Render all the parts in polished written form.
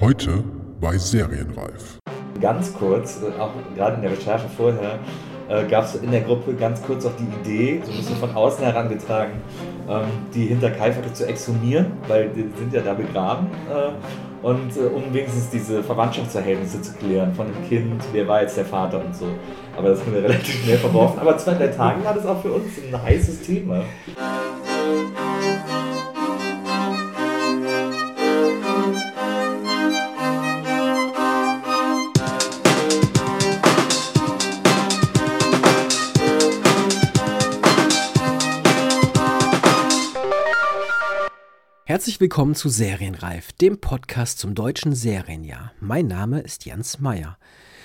Heute bei Serienreif. Ganz kurz, auch gerade in der Recherche vorher, gab es in der Gruppe ganz kurz auch die Idee, so ein bisschen von außen herangetragen, die Hinterkaifecker zu exhumieren, weil die sind ja da begraben. Und um wenigstens diese Verwandtschaftsverhältnisse zu klären von dem Kind, wer war jetzt der Vater und so. Aber das haben wir relativ schnell verworfen. Aber 2-3 Tagen war das auch für uns ein heißes Thema. Herzlich willkommen zu Serienreif, dem Podcast zum deutschen Serienjahr. Mein Name ist Jens Meyer.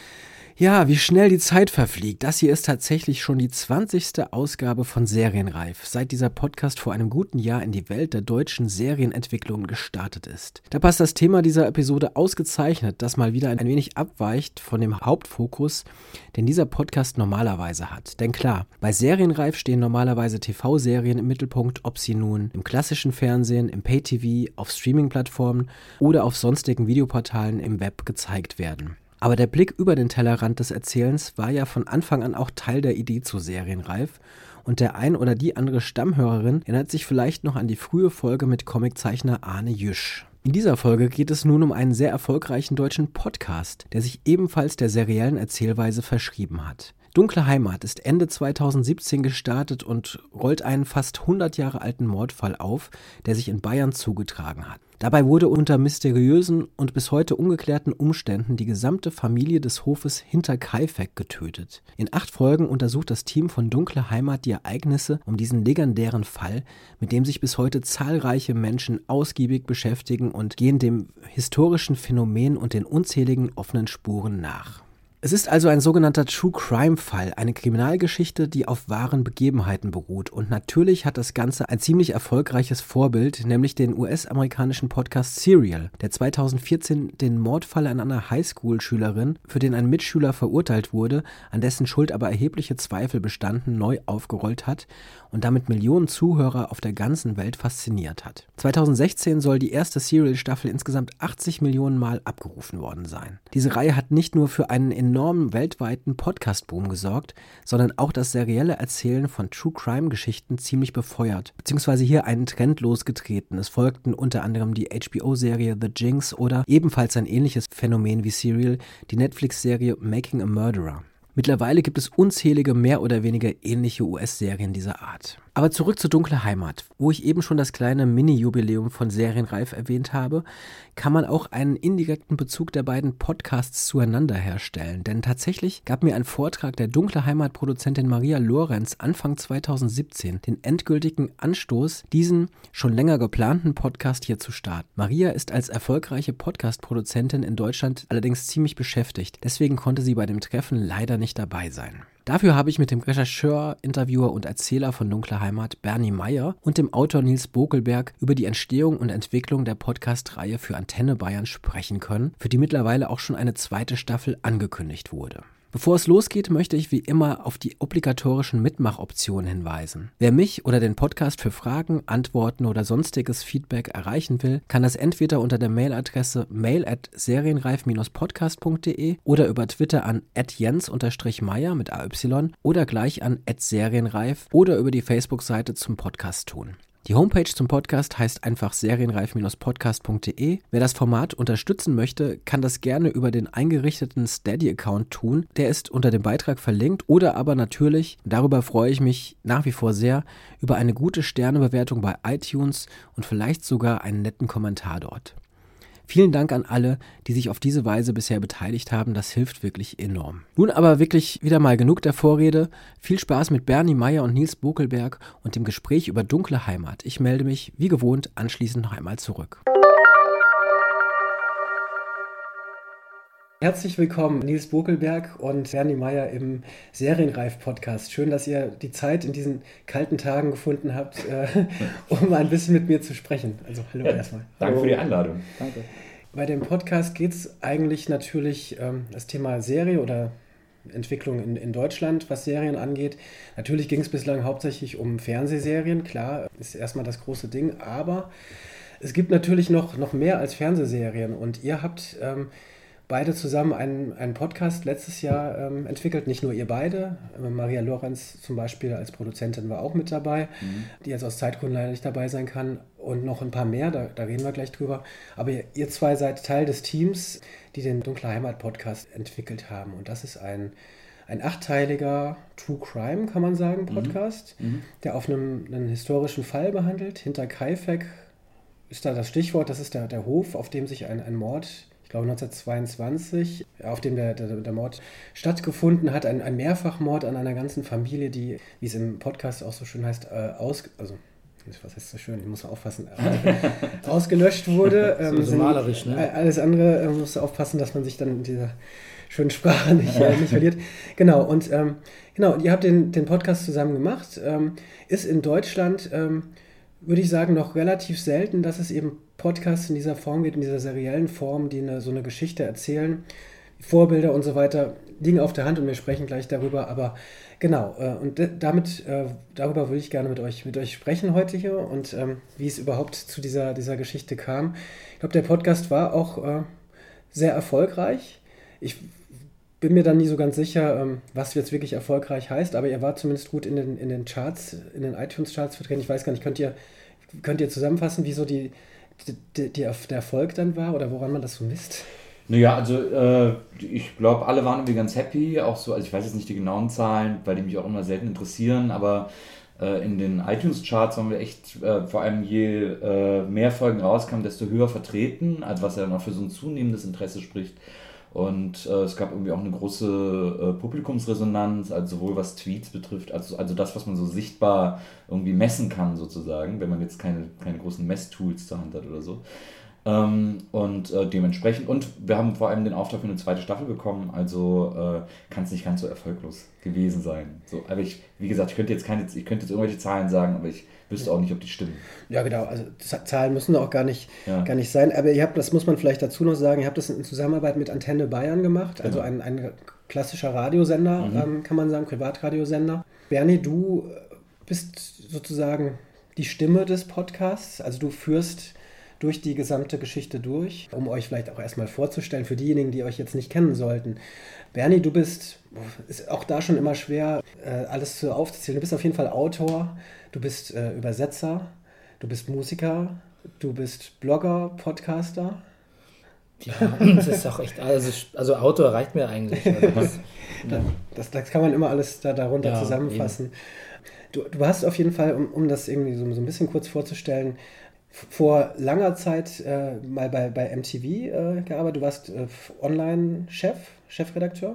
Ja, wie schnell die Zeit verfliegt. Das hier ist tatsächlich schon die 20. Ausgabe von Serienreif, seit dieser Podcast vor einem guten Jahr in die Welt der deutschen Serienentwicklung gestartet ist. Da passt das Thema dieser Episode ausgezeichnet, das mal wieder ein wenig abweicht von dem Hauptfokus, den dieser Podcast normalerweise hat. Denn klar, bei Serienreif stehen normalerweise TV-Serien im Mittelpunkt, ob sie nun im klassischen Fernsehen, im Pay-TV, auf Streaming-Plattformen oder auf sonstigen Videoportalen im Web gezeigt werden. Aber der Blick über den Tellerrand des Erzählens war ja von Anfang an auch Teil der Idee zu Serienreif und der ein oder die andere Stammhörerin erinnert sich vielleicht noch an die frühe Folge mit Comiczeichner Arne Jüsch. In dieser Folge geht es nun um einen sehr erfolgreichen deutschen Podcast, der sich ebenfalls der seriellen Erzählweise verschrieben hat. Dunkle Heimat ist Ende 2017 gestartet und rollt einen fast 100 Jahre alten Mordfall auf, der sich in Bayern zugetragen hat. Dabei wurde unter mysteriösen und bis heute ungeklärten Umständen die gesamte Familie des Hofes Hinterkaifeck getötet. In 8 Folgen untersucht das Team von Dunkle Heimat die Ereignisse um diesen legendären Fall, mit dem sich bis heute zahlreiche Menschen ausgiebig beschäftigen und gehen dem historischen Phänomen und den unzähligen offenen Spuren nach. Es ist also ein sogenannter True-Crime-Fall, eine Kriminalgeschichte, die auf wahren Begebenheiten beruht. Und natürlich hat das Ganze ein ziemlich erfolgreiches Vorbild, nämlich den US-amerikanischen Podcast Serial, der 2014 den Mordfall an einer Highschool-Schülerin, für den ein Mitschüler verurteilt wurde, an dessen Schuld aber erhebliche Zweifel bestanden, neu aufgerollt hat und damit Millionen Zuhörer auf der ganzen Welt fasziniert hat. 2016 soll die erste Serial-Staffel insgesamt 80 Millionen Mal abgerufen worden sein. Diese Reihe hat nicht nur für einen enormen weltweiten Podcast-Boom gesorgt, sondern auch das serielle Erzählen von True-Crime-Geschichten ziemlich befeuert, beziehungsweise hier einen Trend losgetreten. Es folgten unter anderem die HBO-Serie The Jinx oder ebenfalls ein ähnliches Phänomen wie Serial, die Netflix-Serie Making a Murderer. Mittlerweile gibt es unzählige mehr oder weniger ähnliche US-Serien dieser Art. Aber zurück zu Dunkle Heimat. Wo ich eben schon das kleine Mini-Jubiläum von Serienreif erwähnt habe, kann man auch einen indirekten Bezug der beiden Podcasts zueinander herstellen. Denn tatsächlich gab mir ein Vortrag der Dunkle Heimat-Produzentin Maria Lorenz Anfang 2017 den endgültigen Anstoß, diesen schon länger geplanten Podcast hier zu starten. Maria ist als erfolgreiche Podcast-Produzentin in Deutschland allerdings ziemlich beschäftigt. Deswegen konnte sie bei dem Treffen leider nicht dabei sein. Dafür habe ich mit dem Rechercheur, Interviewer und Erzähler von Dunkle Heimat, Bernie Meyer, und dem Autor Nils Bokelberg über die Entstehung und Entwicklung der Podcast-Reihe für Antenne Bayern sprechen können, für die mittlerweile auch schon eine 2. Staffel angekündigt wurde. Bevor es losgeht, möchte ich wie immer auf die obligatorischen Mitmachoptionen hinweisen. Wer mich oder den Podcast für Fragen, Antworten oder sonstiges Feedback erreichen will, kann das entweder unter der Mailadresse mail@serienreif-podcast.de oder über Twitter an @jens_meyer mit AY oder gleich an @serienreif oder über die Facebook-Seite zum Podcast tun. Die Homepage zum Podcast heißt einfach serienreif-podcast.de. Wer das Format unterstützen möchte, kann das gerne über den eingerichteten Steady-Account tun. Der ist unter dem Beitrag verlinkt oder aber natürlich, darüber freue ich mich nach wie vor sehr, über eine gute Sternebewertung bei iTunes und vielleicht sogar einen netten Kommentar dort. Vielen Dank an alle, die sich auf diese Weise bisher beteiligt haben. Das hilft wirklich enorm. Nun aber wirklich wieder mal genug der Vorrede. Viel Spaß mit Bernie Meyer und Nils Bokelberg und dem Gespräch über Dunkle Heimat. Ich melde mich, wie gewohnt, anschließend noch einmal zurück. Herzlich willkommen, Nils Bokelberg und Bernie Meyer im Serienreif-Podcast. Schön, dass ihr die Zeit in diesen kalten Tagen gefunden habt, um ein bisschen mit mir zu sprechen. Also hallo erstmal. Danke für die Einladung. Danke. Bei dem Podcast geht es eigentlich natürlich das Thema Serie oder Entwicklung in Deutschland, was Serien angeht. Natürlich ging es bislang hauptsächlich um Fernsehserien, klar, ist erstmal das große Ding, aber Es gibt natürlich noch mehr als Fernsehserien und ihr habt beide zusammen einen Podcast letztes Jahr entwickelt, nicht nur ihr beide. Maria Lorenz zum Beispiel als Produzentin war auch mit dabei, die jetzt aus Zeitgründen leider nicht dabei sein kann und noch ein paar mehr, da reden wir gleich drüber. Aber ihr zwei seid Teil des Teams, die den Dunkle Heimat Podcast entwickelt haben und das ist ein 8-teiliger True Crime, kann man sagen, Podcast, der auf einen historischen Fall behandelt. Hinterkaifeck ist da das Stichwort, das ist der Hof, auf dem sich ein Mord, ich glaube 1922, auf dem der Mord stattgefunden hat, ein Mehrfachmord an einer ganzen Familie, die, wie es im Podcast auch so schön heißt, was heißt so schön, ich muss aufpassen, ausgelöscht wurde. So malerisch, ne? Alles andere muss aufpassen, dass man sich dann in dieser schönen Sprache nicht verliert. Genau, und ihr habt den Podcast zusammen gemacht. Ist in Deutschland, würde ich sagen, noch relativ selten, dass es eben Podcasts in dieser Form gibt, in dieser seriellen Form, die so eine Geschichte erzählen. Vorbilder und so weiter liegen auf der Hand und wir sprechen gleich darüber, aber genau, und darüber würde ich gerne mit euch sprechen heute hier und wie es überhaupt zu dieser Geschichte kam. Ich glaube, der Podcast war auch sehr erfolgreich. Ich bin mir dann nie so ganz sicher, was jetzt wirklich erfolgreich heißt, aber ihr wart zumindest gut in den Charts, in den iTunes-Charts vertreten. Ich weiß gar nicht, könnt ihr zusammenfassen, wieso der Erfolg dann war oder woran man das so misst? Naja, also ich glaube, alle waren irgendwie ganz happy, auch so, also ich weiß jetzt nicht die genauen Zahlen, weil die mich auch immer selten interessieren, aber in den iTunes-Charts waren wir echt, vor allem je mehr Folgen rauskamen, desto höher vertreten, also was ja dann auch für so ein zunehmendes Interesse spricht. Und es gab irgendwie auch eine große Publikumsresonanz, also sowohl was Tweets betrifft, also das, was man so sichtbar irgendwie messen kann sozusagen, wenn man jetzt keine großen Messtools zur Hand hat oder so. Und dementsprechend, und wir haben vor allem den Auftrag für eine zweite Staffel bekommen, also kann es nicht ganz so erfolglos gewesen sein. So, aber wie gesagt, ich könnte jetzt irgendwelche Zahlen sagen, aber ich wüsste auch nicht, ob die stimmen. Ja, genau, also Zahlen müssen auch gar nicht sein, aber das muss man vielleicht dazu noch sagen, ihr habt das in Zusammenarbeit mit Antenne Bayern gemacht, also ein klassischer Radiosender, kann man sagen, Privatradiosender. Bernie, du bist sozusagen die Stimme des Podcasts, also du führst durch die gesamte Geschichte durch, um euch vielleicht auch erstmal vorzustellen, für diejenigen, die euch jetzt nicht kennen sollten. Bernie, du ist auch da schon immer schwer, alles aufzuzählen. Du bist auf jeden Fall Autor, du bist Übersetzer, du bist Musiker, du bist Blogger, Podcaster. Ja, das ist auch echt, also Autor reicht mir eigentlich. Das kann man immer alles darunter zusammenfassen. Du hast auf jeden Fall, um das irgendwie so ein bisschen kurz vorzustellen, vor langer Zeit mal bei MTV gearbeitet. Du warst Chefredakteur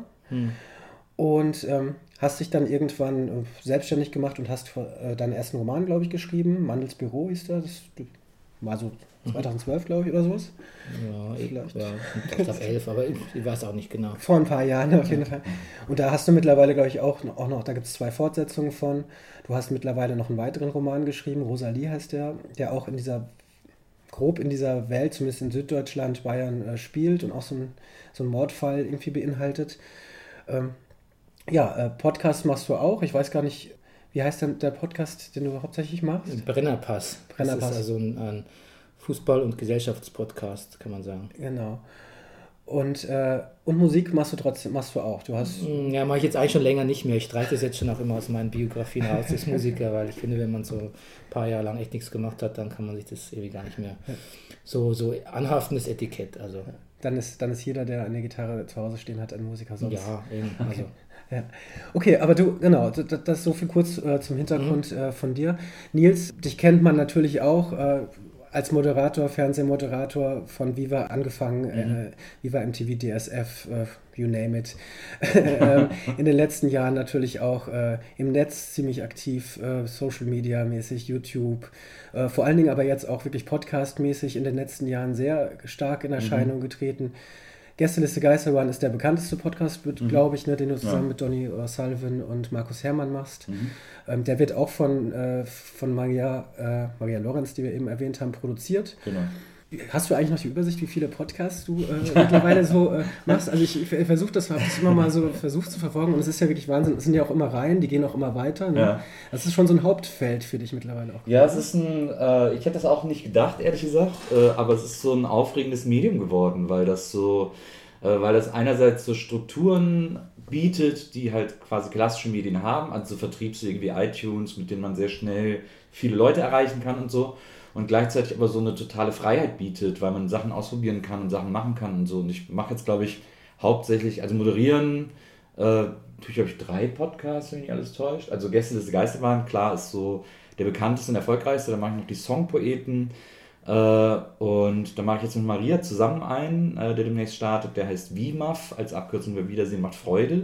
und hast dich dann irgendwann selbstständig gemacht und hast deinen ersten Roman, glaube ich, geschrieben. Mandels Büro hieß das war so 2012, glaube ich, oder sowas. Ja, vielleicht. Ich glaube 11, aber ich weiß auch nicht genau. Vor ein paar Jahren auf jeden Fall. Und da hast du mittlerweile, glaube ich, auch noch, da gibt es 2 Fortsetzungen von. Du hast mittlerweile noch einen weiteren Roman geschrieben, Rosalie heißt der auch grob in dieser Welt, zumindest in Süddeutschland, Bayern, spielt und auch so einen Mordfall irgendwie beinhaltet. Podcast machst du auch. Ich weiß gar nicht, wie heißt denn der Podcast, den du hauptsächlich machst? Brennerpass. Das ist also ein Fußball- und Gesellschaftspodcast, kann man sagen. Genau. Und Musik machst du auch. Du hast ja, mache ich jetzt eigentlich schon länger nicht mehr. Ich streiche das jetzt schon auch immer aus meinen Biografien raus als Musiker, weil ich finde, wenn man so ein paar Jahre lang echt nichts gemacht hat, dann kann man sich das irgendwie gar nicht mehr so anhaftendes Etikett. Also. Dann ist jeder, der eine Gitarre zu Hause stehen hat, ein Musiker sonst. Ja, eben. Okay. Also. Ja. Okay, aber du, genau, das so viel kurz zum Hintergrund von dir. Nils, dich kennt man natürlich auch als Moderator, Fernsehmoderator von Viva angefangen, Viva MTV, DSF, you name it. In den letzten Jahren natürlich auch im Netz ziemlich aktiv, Social Media mäßig, YouTube, vor allen Dingen aber jetzt auch wirklich Podcast mäßig in den letzten Jahren sehr stark in Erscheinung getreten. Gästeliste Geisterbahn ist der bekannteste Podcast, glaube ich, den du zusammen mit Donny Sullivan und Markus Herrmann machst. Der wird auch von Maria Lorenz, die wir eben erwähnt haben, produziert. Genau. Hast du eigentlich noch die Übersicht, wie viele Podcasts du mittlerweile so machst? Also ich versuche das immer mal so versucht zu verfolgen und es ist ja wirklich Wahnsinn. Es sind ja auch immer Reihen, die gehen auch immer weiter. Ne? Ja. Das ist schon so ein Hauptfeld für dich mittlerweile auch. Ja, es ist ich hätte das auch nicht gedacht, ehrlich gesagt, aber es ist so ein aufregendes Medium geworden, weil das einerseits so Strukturen bietet, die halt quasi klassische Medien haben, also so Vertriebswege wie iTunes, mit denen man sehr schnell viele Leute erreichen kann und so. Und gleichzeitig aber so eine totale Freiheit bietet, weil man Sachen ausprobieren kann und Sachen machen kann und so. Und ich mache jetzt, glaube ich, hauptsächlich, also moderieren, tue ich, glaube ich, 3 Podcasts, wenn mich alles täuscht. Also Gäste des Geisterbahn, klar, ist so der bekannteste und erfolgreichste. Dann mache ich noch die Songpoeten. Und da mache ich jetzt mit Maria zusammen einen, der demnächst startet. Der heißt WIMAF, als Abkürzung für Wiedersehen macht Freude.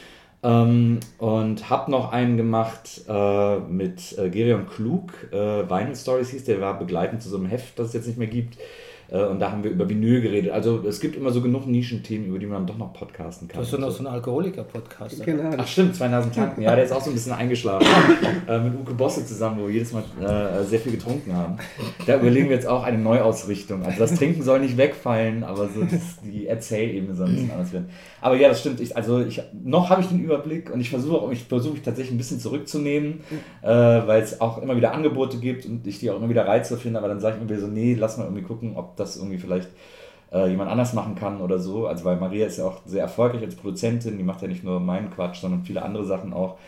Und habe noch einen gemacht mit Gereon Klug, Vinyl Stories hieß, der war begleitend zu so einem Heft, das es jetzt nicht mehr gibt. Und da haben wir über Vinyl geredet. Also es gibt immer so genug Nischenthemen, über die man doch noch podcasten kann. Das ist doch noch so ein Alkoholiker-Podcast. Genau. Ach stimmt, 2 Nasen tanken. Ja, der ist auch so ein bisschen eingeschlafen. Mit Uke Bosse zusammen, wo wir jedes Mal sehr viel getrunken haben. Da überlegen wir jetzt auch eine Neuausrichtung. Also das Trinken soll nicht wegfallen, aber so die Erzählebene soll ein bisschen anders werden. Aber ja, das stimmt. Noch habe ich den Überblick und ich versuche mich tatsächlich ein bisschen zurückzunehmen, weil es auch immer wieder Angebote gibt und ich die auch immer wieder Reize finde. Aber dann sage ich mir wieder so, nee, lass mal irgendwie gucken, ob das irgendwie vielleicht jemand anders machen kann oder so. Also weil Maria ist ja auch sehr erfolgreich als Produzentin, die macht ja nicht nur meinen Quatsch, sondern viele andere Sachen auch.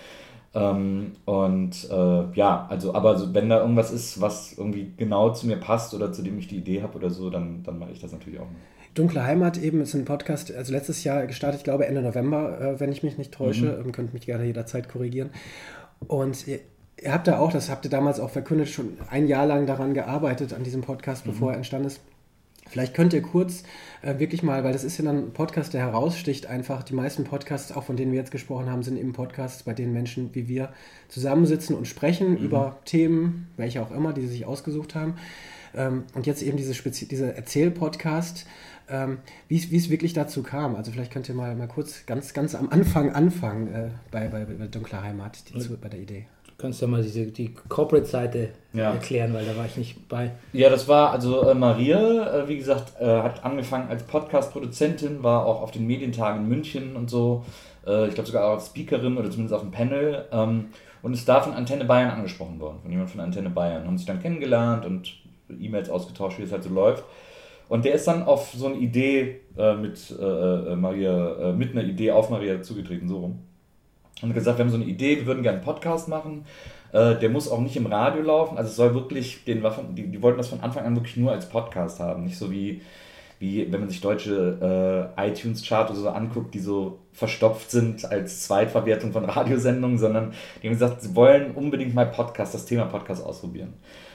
Aber so, wenn da irgendwas ist, was irgendwie genau zu mir passt oder zu dem ich die Idee habe oder so, dann mache ich das natürlich auch nicht. Dunkle Heimat eben ist ein Podcast, also letztes Jahr gestartet, ich glaube Ende November, wenn ich mich nicht täusche, könnt mich gerne jederzeit korrigieren. Und ihr habt da auch, das habt ihr damals auch verkündet, schon ein Jahr lang daran gearbeitet, an diesem Podcast, bevor er entstanden ist. Vielleicht könnt ihr kurz wirklich mal, weil das ist ja dann ein Podcast, der heraussticht einfach. Die meisten Podcasts, auch von denen wir jetzt gesprochen haben, sind eben Podcasts, bei denen Menschen wie wir zusammensitzen und sprechen über Themen, welche auch immer, die sie sich ausgesucht haben. Und jetzt eben diese Erzähl-Podcast, wie es wirklich dazu kam. Also vielleicht könnt ihr mal kurz ganz am Anfang anfangen bei Dunkle Heimat, bei der Idee. Du kannst ja mal die Corporate-Seite erklären, weil da war ich nicht bei. Ja, das war also Maria, wie gesagt, hat angefangen als Podcast-Produzentin, war auch auf den Medientagen in München und so, ich glaube sogar auch als Speakerin oder zumindest auf dem Panel und ist da von Antenne Bayern angesprochen worden, von jemand von Antenne Bayern. Haben sich dann kennengelernt und E-Mails ausgetauscht, wie es halt so läuft. Und der ist dann auf so eine Idee mit einer Idee auf Maria zugetreten, so rum. Und gesagt, wir haben so eine Idee, wir würden gerne einen Podcast machen. Der muss auch nicht im Radio laufen. Also es soll wirklich, die wollten das von Anfang an wirklich nur als Podcast haben. Nicht so wie wenn man sich deutsche iTunes-Chart oder so anguckt, die so verstopft sind als Zweitverwertung von Radiosendungen, sondern die haben gesagt, sie wollen unbedingt mal das Thema Podcast ausprobieren.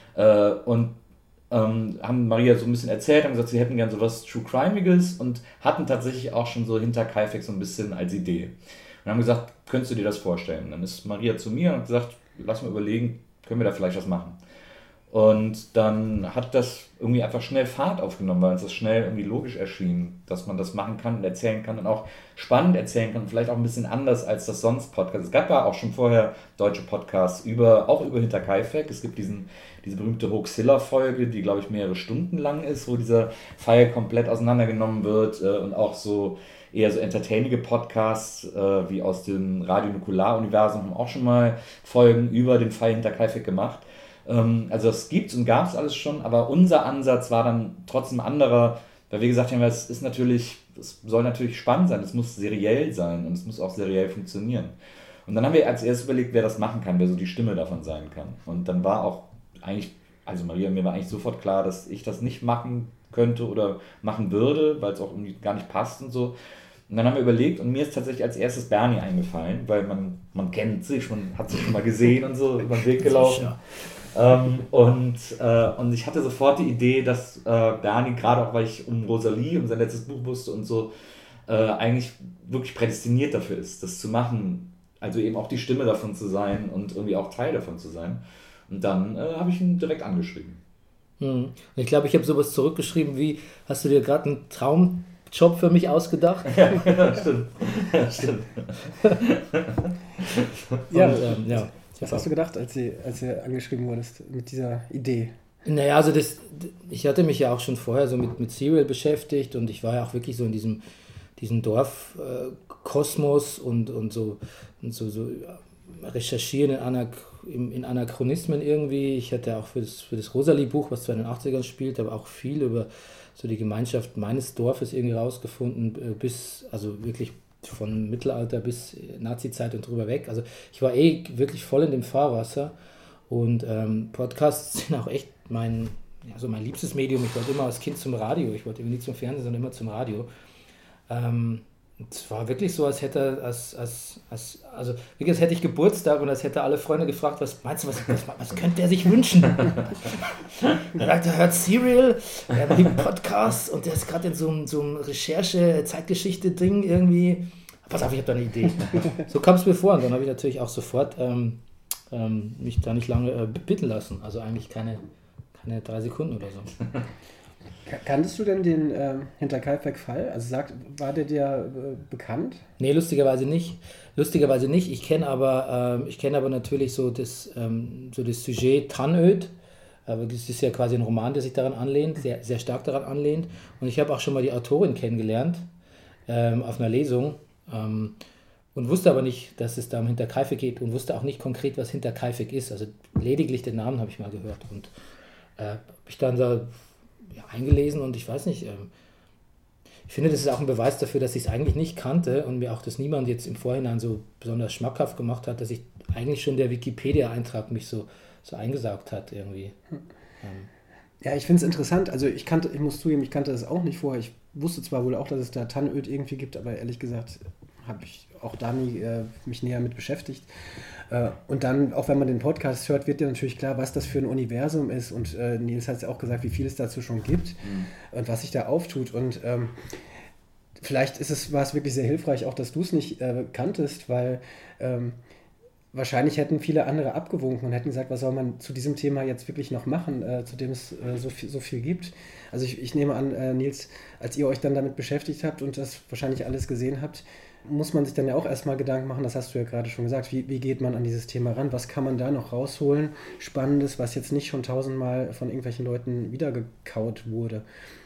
Haben Maria so ein bisschen erzählt, haben gesagt, sie hätten gern so was True Crime'iges und hatten tatsächlich auch schon so hinter Kaifeck so ein bisschen als Idee. Und haben gesagt, könntest du dir das vorstellen? Dann ist Maria zu mir und hat gesagt, lass mal überlegen, können wir da vielleicht was machen? Und dann hat das irgendwie einfach schnell Fahrt aufgenommen, weil uns das schnell irgendwie logisch erschien, dass man das machen kann und erzählen kann und auch spannend erzählen kann und vielleicht auch ein bisschen anders als das sonst Podcast. Es gab ja auch schon vorher deutsche Podcasts auch über Hinter Kaifeck. Es gibt diese berühmte Hoaxilla-Folge, die, glaube ich, mehrere Stunden lang ist, wo dieser Fall komplett auseinandergenommen wird und auch so eher so entertainige Podcasts wie aus dem Radio Nukular-Universum haben auch schon mal Folgen über den Fall Hinter Kaifeck gemacht. Also das gibt's und gab's alles schon, aber unser Ansatz war dann trotzdem anderer, weil wir gesagt haben, es soll natürlich spannend sein, es muss seriell sein und es muss auch seriell funktionieren. Und dann haben wir als erstes überlegt, wer das machen kann, wer so die Stimme davon sein kann. Und dann war auch eigentlich, also Maria und mir war eigentlich sofort klar, dass ich das nicht machen könnte oder machen würde, weil es auch irgendwie gar nicht passt und so. Und dann haben wir überlegt und mir ist tatsächlich als erstes Bernie eingefallen, weil man kennt sich, man hat sich schon mal gesehen und so, über den Weg gelaufen. Und ich hatte sofort die Idee, dass Bernie, gerade auch weil ich um Rosalie, um sein letztes Buch wusste und so, eigentlich wirklich prädestiniert dafür ist, das zu machen. Also eben auch die Stimme davon zu sein und irgendwie auch Teil davon zu sein. Und dann habe ich ihn direkt angeschrieben. Ich glaube, ich habe sowas zurückgeschrieben wie, hast du dir gerade einen Traumjob für mich ausgedacht? Ja, stimmt. Ja, Was hast du gedacht, als du angeschrieben wurdest mit dieser Idee? Naja, also ich hatte mich ja auch schon vorher so mit Serial beschäftigt und ich war ja auch wirklich so in diesem Dorfkosmos und so recherchieren in Anachronismen irgendwie. Ich hatte auch für das Rosalie-Buch, was zwar in den 80ern spielt, aber auch viel über so die Gemeinschaft meines Dorfes irgendwie rausgefunden, also wirklich von Mittelalter bis Nazi-Zeit und drüber weg. Also ich war wirklich voll in dem Fahrwasser und Podcasts sind auch echt mein liebstes Medium. Ich wollte immer als Kind zum Radio, ich wollte irgendwie nicht zum Fernsehen, sondern immer zum Radio. Es war wirklich so, als hätte ich Geburtstag und als hätte alle Freunde gefragt, was meinst du, was könnte er sich wünschen? Er hört Serial, er liebt Podcasts und der ist gerade in so einem Recherche-Zeitgeschichte-Ding irgendwie. Pass auf, ich habe da eine Idee. So kam es mir vor und dann habe ich natürlich auch sofort mich da nicht lange bitten lassen. Also eigentlich keine 3 Sekunden oder so. Kanntest du denn den Hinterkaifeck-Fall? Also war der dir bekannt? Nee, lustigerweise nicht. Ich kenne aber natürlich so das Sujet Tannöd. Aber das ist ja quasi ein Roman, der sich daran anlehnt, sehr, sehr stark daran anlehnt. Und ich habe auch schon mal die Autorin kennengelernt auf einer Lesung und wusste aber nicht, dass es da um Hinterkaifeck geht und wusste auch nicht konkret, was Hinterkaifeck ist. Also lediglich den Namen habe ich mal gehört und habe ich dann da eingelesen und ich weiß nicht, ich finde, das ist auch ein Beweis dafür, dass ich es eigentlich nicht kannte und mir auch das niemand jetzt im Vorhinein so besonders schmackhaft gemacht hat, dass ich eigentlich schon der Wikipedia-Eintrag mich so eingesaugt hat irgendwie. Ja, ich finde es interessant, also ich muss zugeben, ich kannte das auch nicht vorher, ich wusste zwar wohl auch, dass es da Tannöd irgendwie gibt, aber ehrlich gesagt habe ich auch da nie mich näher mit beschäftigt. Und dann, auch wenn man den Podcast hört, wird dir natürlich klar, was das für ein Universum ist. Und Nils hat es ja auch gesagt, wie viel es dazu schon gibt und was sich da auftut. Und vielleicht war es wirklich sehr hilfreich, auch dass du es nicht kanntest, weil wahrscheinlich hätten viele andere abgewunken und hätten gesagt, was soll man zu diesem Thema jetzt wirklich noch machen, zu dem es so viel gibt. Also ich nehme an, Nils, als ihr euch dann damit beschäftigt habt und das wahrscheinlich alles gesehen habt, muss man sich dann ja auch erstmal Gedanken machen, das hast du ja gerade schon gesagt, wie geht man an dieses Thema ran, was kann man da noch rausholen, Spannendes, was jetzt nicht schon 1000-mal von irgendwelchen Leuten wiedergekaut wurde.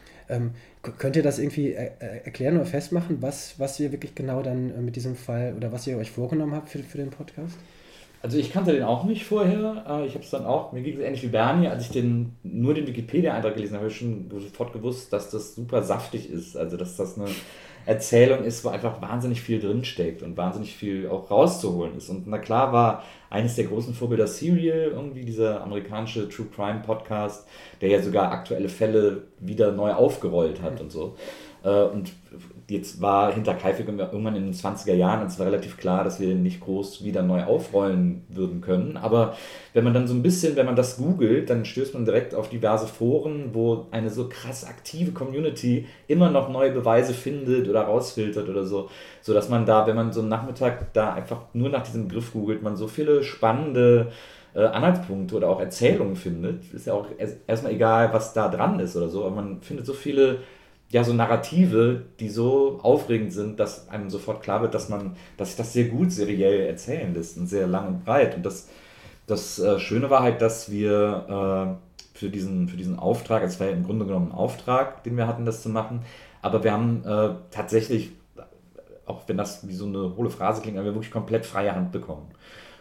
Könnt ihr das irgendwie erklären oder festmachen, was ihr wirklich genau dann mit diesem Fall oder was ihr euch vorgenommen habt für den Podcast? Also ich kannte den auch nicht vorher, ich habe es dann auch, mir ging es ähnlich wie Bernie, als ich nur den Wikipedia-Eintrag gelesen habe, habe ich schon sofort gewusst, dass das super saftig ist, also dass das eine Erzählung ist, wo einfach wahnsinnig viel drinsteckt und wahnsinnig viel auch rauszuholen ist. Und na klar war eines der großen Vorbilder Serial, irgendwie dieser amerikanische True Crime Podcast, der ja sogar aktuelle Fälle wieder neu aufgerollt hat und so. Und jetzt war Hinterkaifeck irgendwann in den 20er Jahren, und es war relativ klar, dass wir den nicht groß wieder neu aufrollen würden können. Aber wenn man dann wenn man das googelt, dann stößt man direkt auf diverse Foren, wo eine so krass aktive Community immer noch neue Beweise findet oder rausfiltert oder so, sodass man da, wenn man so einen Nachmittag da einfach nur nach diesem Begriff googelt, man so viele spannende Anhaltspunkte oder auch Erzählungen findet. Ist ja auch erstmal egal, was da dran ist oder so, aber man findet so viele so Narrative, die so aufregend sind, dass einem sofort klar wird, dass sich das sehr gut seriell erzählen lässt und sehr lang und breit. Und das Schöne war halt, dass wir für diesen Auftrag, es war ja im Grunde genommen ein Auftrag, den wir hatten, das zu machen, aber wir haben tatsächlich, auch wenn das wie so eine hohle Phrase klingt, haben wir wirklich komplett freie Hand bekommen.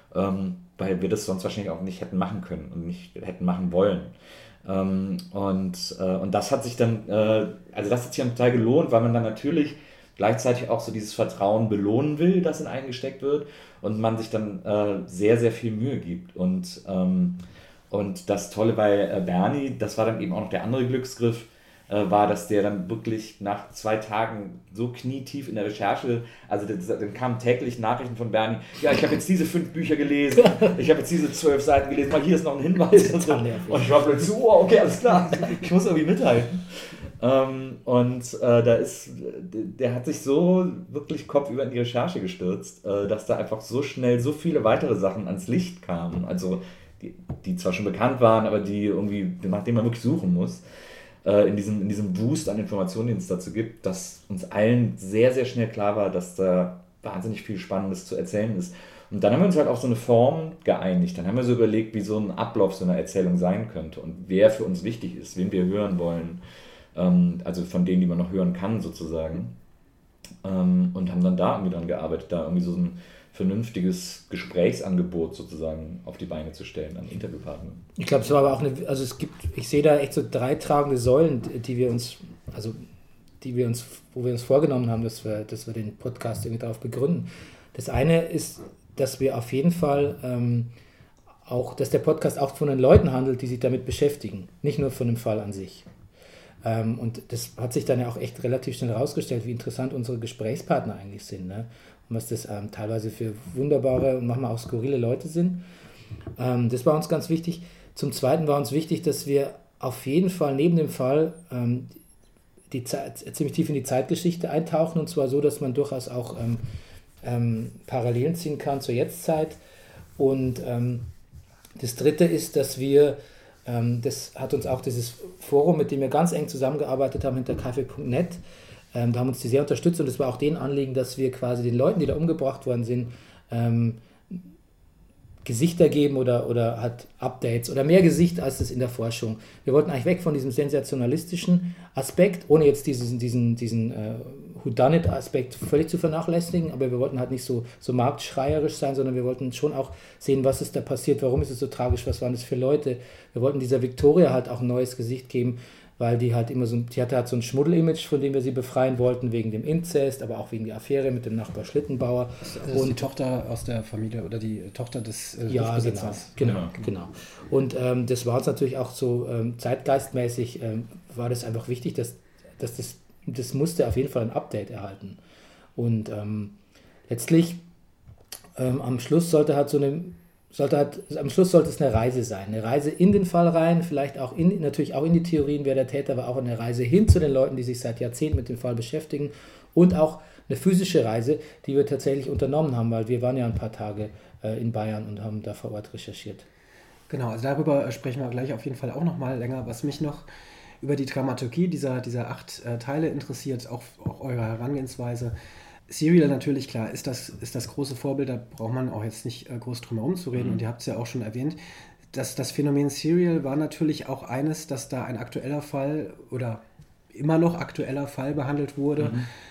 Weil wir das sonst wahrscheinlich auch nicht hätten machen können und nicht hätten machen wollen. Und das hat sich dann, das hat sich am Teil gelohnt, weil man dann natürlich gleichzeitig auch so dieses Vertrauen belohnen will, das in einen gesteckt wird und man sich dann sehr, sehr viel Mühe gibt. Und das Tolle bei Bernie, das war dann eben auch noch der andere Glücksgriff, war, dass der dann wirklich nach 2 Tagen so knietief in der Recherche, also dann kamen täglich Nachrichten von Bernie, ja, ich habe jetzt diese 5 Bücher gelesen, ich habe jetzt diese 12 Seiten gelesen, mal hier ist noch ein Hinweis und so. Und ich war plötzlich so, oh, okay, alles klar, ich muss irgendwie mithalten. Der hat sich so wirklich kopfüber in die Recherche gestürzt, dass da einfach so schnell so viele weitere Sachen ans Licht kamen, also die zwar schon bekannt waren, aber die irgendwie, nach denen man wirklich suchen muss. In diesem Boost an Informationen, den es dazu gibt, dass uns allen sehr, sehr schnell klar war, dass da wahnsinnig viel Spannendes zu erzählen ist. Und dann haben wir uns halt auf so eine Form geeinigt. Dann haben wir so überlegt, wie so ein Ablauf so einer Erzählung sein könnte und wer für uns wichtig ist, wen wir hören wollen. Also von denen, die man noch hören kann sozusagen. Und haben dann da irgendwie dran gearbeitet, da irgendwie so ein vernünftiges Gesprächsangebot sozusagen auf die Beine zu stellen an Interviewpartnern. Ich glaube, es war aber auch ich sehe da echt so 3 tragende Säulen, wo wir uns vorgenommen haben, dass wir den Podcast irgendwie darauf begründen. Das eine ist, dass wir auf jeden Fall dass der Podcast auch von den Leuten handelt, die sich damit beschäftigen, nicht nur von dem Fall an sich. Und das hat sich dann ja auch echt relativ schnell herausgestellt, wie interessant unsere Gesprächspartner eigentlich sind, ne? Und was das teilweise für wunderbare und manchmal auch skurrile Leute sind. Das war uns ganz wichtig. Zum Zweiten war uns wichtig, dass wir auf jeden Fall neben dem Fall ziemlich tief in die Zeitgeschichte eintauchen, und zwar so, dass man durchaus auch Parallelen ziehen kann zur Jetztzeit. Und das Dritte ist, dass wir, das hat uns auch dieses Forum, mit dem wir ganz eng zusammengearbeitet haben, hinterkaifeck.net, da haben uns die sehr unterstützt, und es war auch denen Anliegen, dass wir quasi den Leuten, die da umgebracht worden sind, Gesichter geben oder halt Updates oder mehr Gesicht als das in der Forschung. Wir wollten eigentlich weg von diesem sensationalistischen Aspekt, ohne jetzt diesen Whodunit-Aspekt völlig zu vernachlässigen, aber wir wollten halt nicht so marktschreierisch sein, sondern wir wollten schon auch sehen, was ist da passiert, warum ist es so tragisch, was waren das für Leute. Wir wollten dieser Victoria halt auch ein neues Gesicht geben, weil die halt immer die hatte halt so ein Schmuddel-Image, von dem wir sie befreien wollten, wegen dem Inzest, aber auch wegen der Affäre mit dem Nachbar Schlittenbauer. Das ist die Tochter aus der Familie oder die Tochter des Besitzers. Genau. Und das war uns natürlich auch so zeitgeistmäßig, war das einfach wichtig, dass das musste auf jeden Fall ein Update erhalten. Und letztlich am Schluss sollte es eine Reise sein. Eine Reise in den Fall rein, vielleicht auch natürlich auch in die Theorien, wer der Täter war, auch eine Reise hin zu den Leuten, die sich seit Jahrzehnten mit dem Fall beschäftigen, und auch eine physische Reise, die wir tatsächlich unternommen haben, weil wir waren ja ein paar Tage in Bayern und haben da vor Ort recherchiert. Genau, also darüber sprechen wir gleich auf jeden Fall auch noch mal länger. Was mich noch über die Dramaturgie dieser 8 Teile interessiert, auch eure Herangehensweise. Serial natürlich, klar, ist das große Vorbild, da braucht man auch jetzt nicht groß drum herum zu reden, und ihr habt es ja auch schon erwähnt. Das Phänomen Serial war natürlich auch eines, dass da ein aktueller Fall oder immer noch aktueller Fall behandelt wurde,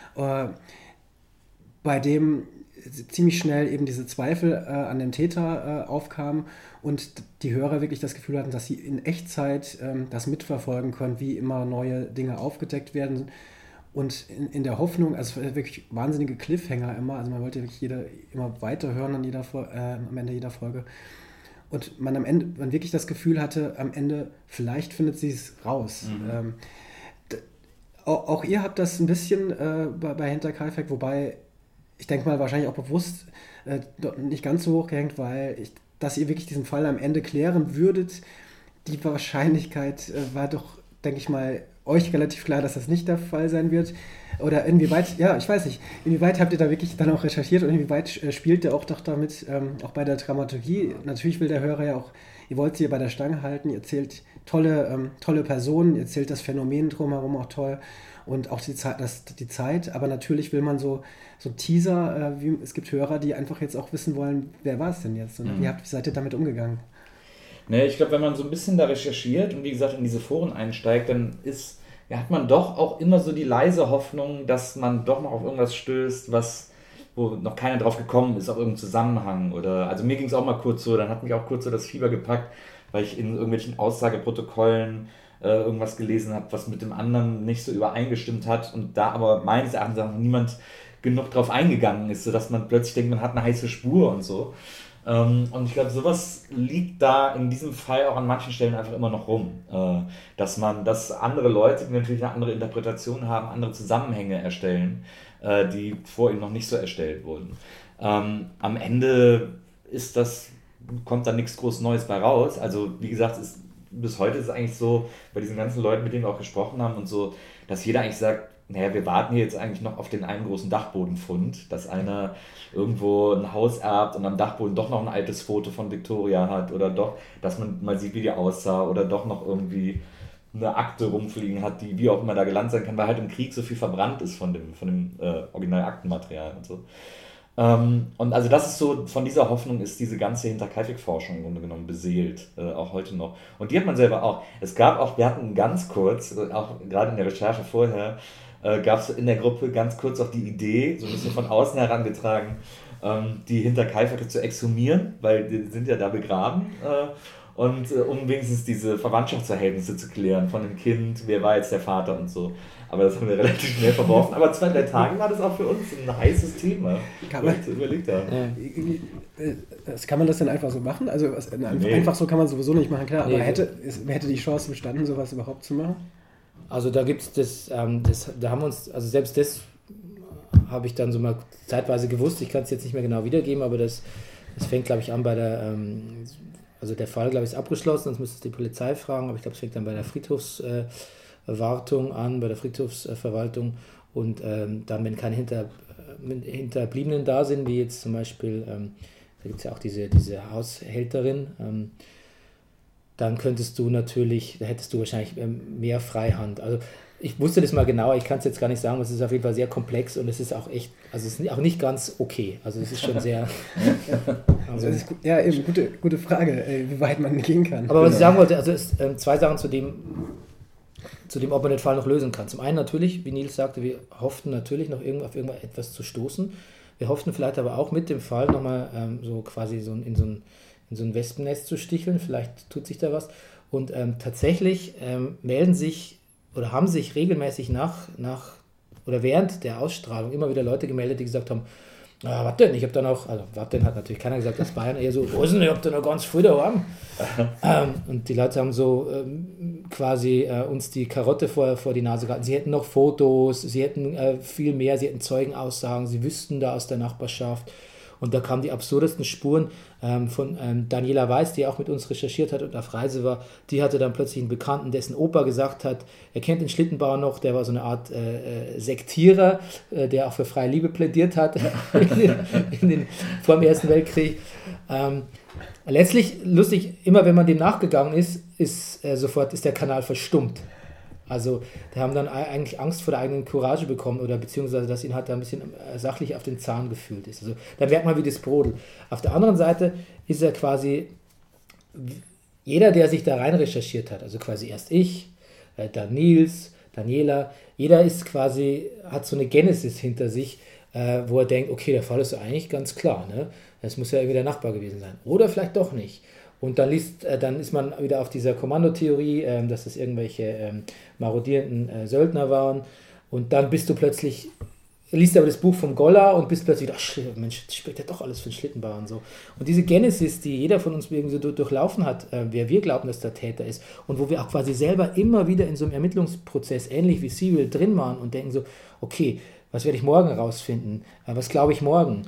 bei dem ziemlich schnell eben diese Zweifel an dem Täter aufkamen und die Hörer wirklich das Gefühl hatten, dass sie in Echtzeit das mitverfolgen können, wie immer neue Dinge aufgedeckt werden. Und in der Hoffnung, also wirklich wahnsinnige Cliffhanger immer, also man wollte wirklich immer weiterhören am Ende jeder Folge. Und man wirklich das Gefühl hatte, am Ende, vielleicht findet sie es raus. Auch ihr habt das ein bisschen bei Hinterkaifeck, wobei ich denke mal wahrscheinlich auch bewusst nicht ganz so hoch gehängt, weil dass ihr wirklich diesen Fall am Ende klären würdet, die Wahrscheinlichkeit war doch, denke ich mal, euch relativ klar, dass das nicht der Fall sein wird. Oder inwieweit, ja, ich weiß nicht, inwieweit habt ihr da wirklich dann auch recherchiert und inwieweit spielt ihr auch doch damit, auch bei der Dramaturgie? Natürlich will der Hörer ja auch, ihr wollt sie bei der Stange halten, ihr erzählt tolle Personen, ihr erzählt das Phänomen drumherum auch toll und auch die Zeit, aber natürlich will man so Teaser, es gibt Hörer, die einfach jetzt auch wissen wollen, wer war es denn jetzt und wie seid ihr damit umgegangen? Ne, ich glaube, wenn man so ein bisschen da recherchiert und wie gesagt in diese Foren einsteigt, dann hat man doch auch immer so die leise Hoffnung, dass man doch noch auf irgendwas stößt, wo noch keiner drauf gekommen ist, auf irgendeinen Zusammenhang. Also mir ging es auch mal kurz so, dann hat mich auch kurz so das Fieber gepackt, weil ich in irgendwelchen Aussageprotokollen irgendwas gelesen habe, was mit dem anderen nicht so übereingestimmt hat und da aber meines Erachtens auch niemand genug drauf eingegangen ist, sodass man plötzlich denkt, man hat eine heiße Spur und so. Und ich glaube, sowas liegt da in diesem Fall auch an manchen Stellen einfach immer noch rum. Dass andere Leute, die natürlich eine andere Interpretation haben, andere Zusammenhänge erstellen, die vor ihnen noch nicht so erstellt wurden. Am Ende kommt da nichts groß Neues bei raus. Also wie gesagt, bis heute ist es eigentlich so, bei diesen ganzen Leuten, mit denen wir auch gesprochen haben und so, dass jeder eigentlich sagt, naja, wir warten hier jetzt eigentlich noch auf den einen großen Dachbodenfund, dass einer irgendwo ein Haus erbt und am Dachboden doch noch ein altes Foto von Victoria hat oder doch, dass man mal sieht, wie die aussah oder doch noch irgendwie eine Akte rumfliegen hat, die wie auch immer da gelandet sein kann, weil halt im Krieg so viel verbrannt ist von dem Original-Aktenmaterial und so. Und also das ist so, von dieser Hoffnung ist diese ganze Hinterkaifeck-Forschung im Grunde genommen beseelt, auch heute noch. Und die hat man selber auch. Wir hatten ganz kurz, auch gerade in der Recherche vorher, gab es in der Gruppe ganz kurz auch die Idee, so ein bisschen von außen herangetragen, die Hinterkaifecke zu exhumieren, weil die sind ja da begraben. Und um wenigstens diese Verwandtschaftsverhältnisse zu klären von dem Kind, wer war jetzt der Vater und so. Aber das haben wir relativ schnell verworfen. Aber 2-3 Tage war das auch für uns ein heißes Thema. Überlegt da. Kann man das denn einfach so machen? Also einfach so kann man sowieso nicht machen, klar. Aber hätte die Chance bestanden, sowas überhaupt zu machen? Also da gibt es da haben wir uns, also selbst das habe ich dann so mal zeitweise gewusst. Ich kann es jetzt nicht mehr genau wiedergeben, aber das fängt, glaube ich, an bei der, also der Fall, glaube ich, ist abgeschlossen, sonst müsste es die Polizei fragen, aber ich glaube, es fängt dann bei der Friedhofswartung an, bei der Friedhofsverwaltung und dann, wenn keine Hinterbliebenen da sind, wie jetzt zum Beispiel, da gibt es ja auch diese Haushälterin, dann hättest du wahrscheinlich mehr Freihand. Also ich wusste das mal genauer, ich kann es jetzt gar nicht sagen, es ist auf jeden Fall sehr komplex und es ist auch echt, also es ist auch nicht ganz okay. Also es ist schon sehr... ja, eben, gute Frage, wie weit man gehen kann. Aber was ich sagen wollte, also es 2 Sachen zu dem, ob man den Fall noch lösen kann. Zum einen natürlich, wie Nils sagte, wir hofften natürlich noch auf irgendetwas zu stoßen. Wir hofften vielleicht aber auch mit dem Fall nochmal so quasi in so ein Wespennest zu sticheln, vielleicht tut sich da was. Und tatsächlich melden sich oder haben sich regelmäßig nach oder während der Ausstrahlung immer wieder Leute gemeldet, die gesagt haben, was denn? Ich habe dann auch, also was denn hat natürlich keiner gesagt, aus Bayern eher so, wo ist denn, ich hab da noch ganz früh daheim. Und die Leute haben so quasi uns die Karotte vor die Nase gehalten. Sie hätten noch Fotos, sie hätten viel mehr, sie hätten Zeugenaussagen, sie wüssten da aus der Nachbarschaft. Und da kamen die absurdesten Spuren von Daniela Weiß, die auch mit uns recherchiert hat und auf Reise war. Die hatte dann plötzlich einen Bekannten, dessen Opa gesagt hat, er kennt den Schlittenbauer noch, der war so eine Art Sektierer, der auch für freie Liebe plädiert hat vor dem Ersten Weltkrieg. Letztlich, lustig, immer wenn man dem nachgegangen ist der Kanal verstummt. Also, die haben dann eigentlich Angst vor der eigenen Courage bekommen oder beziehungsweise, dass ihnen halt da ein bisschen sachlich auf den Zahn gefühlt ist. Also, da merkt man, wie das brodelt. Auf der anderen Seite ist er quasi, jeder, der sich da rein recherchiert hat, also quasi erst ich, dann Nils, Daniela, jeder hat so eine Genesis hinter sich, wo er denkt, okay, der Fall ist ja eigentlich ganz klar, ne? Das muss ja irgendwie der Nachbar gewesen sein. Oder vielleicht doch nicht. Und dann ist man wieder auf dieser Kommandotheorie, dass das irgendwelche marodierenden Söldner waren. Und dann liest aber das Buch vom Goller und bist plötzlich, ach Mensch, das spricht ja doch alles für den Schlittenbauer und so. Und diese Genesis, die jeder von uns irgendwie so durchlaufen hat, wer wir glauben, dass der Täter ist, und wo wir auch quasi selber immer wieder in so einem Ermittlungsprozess, ähnlich wie Cyril, drin waren und denken so, okay, was werde ich morgen rausfinden? Was glaube ich morgen?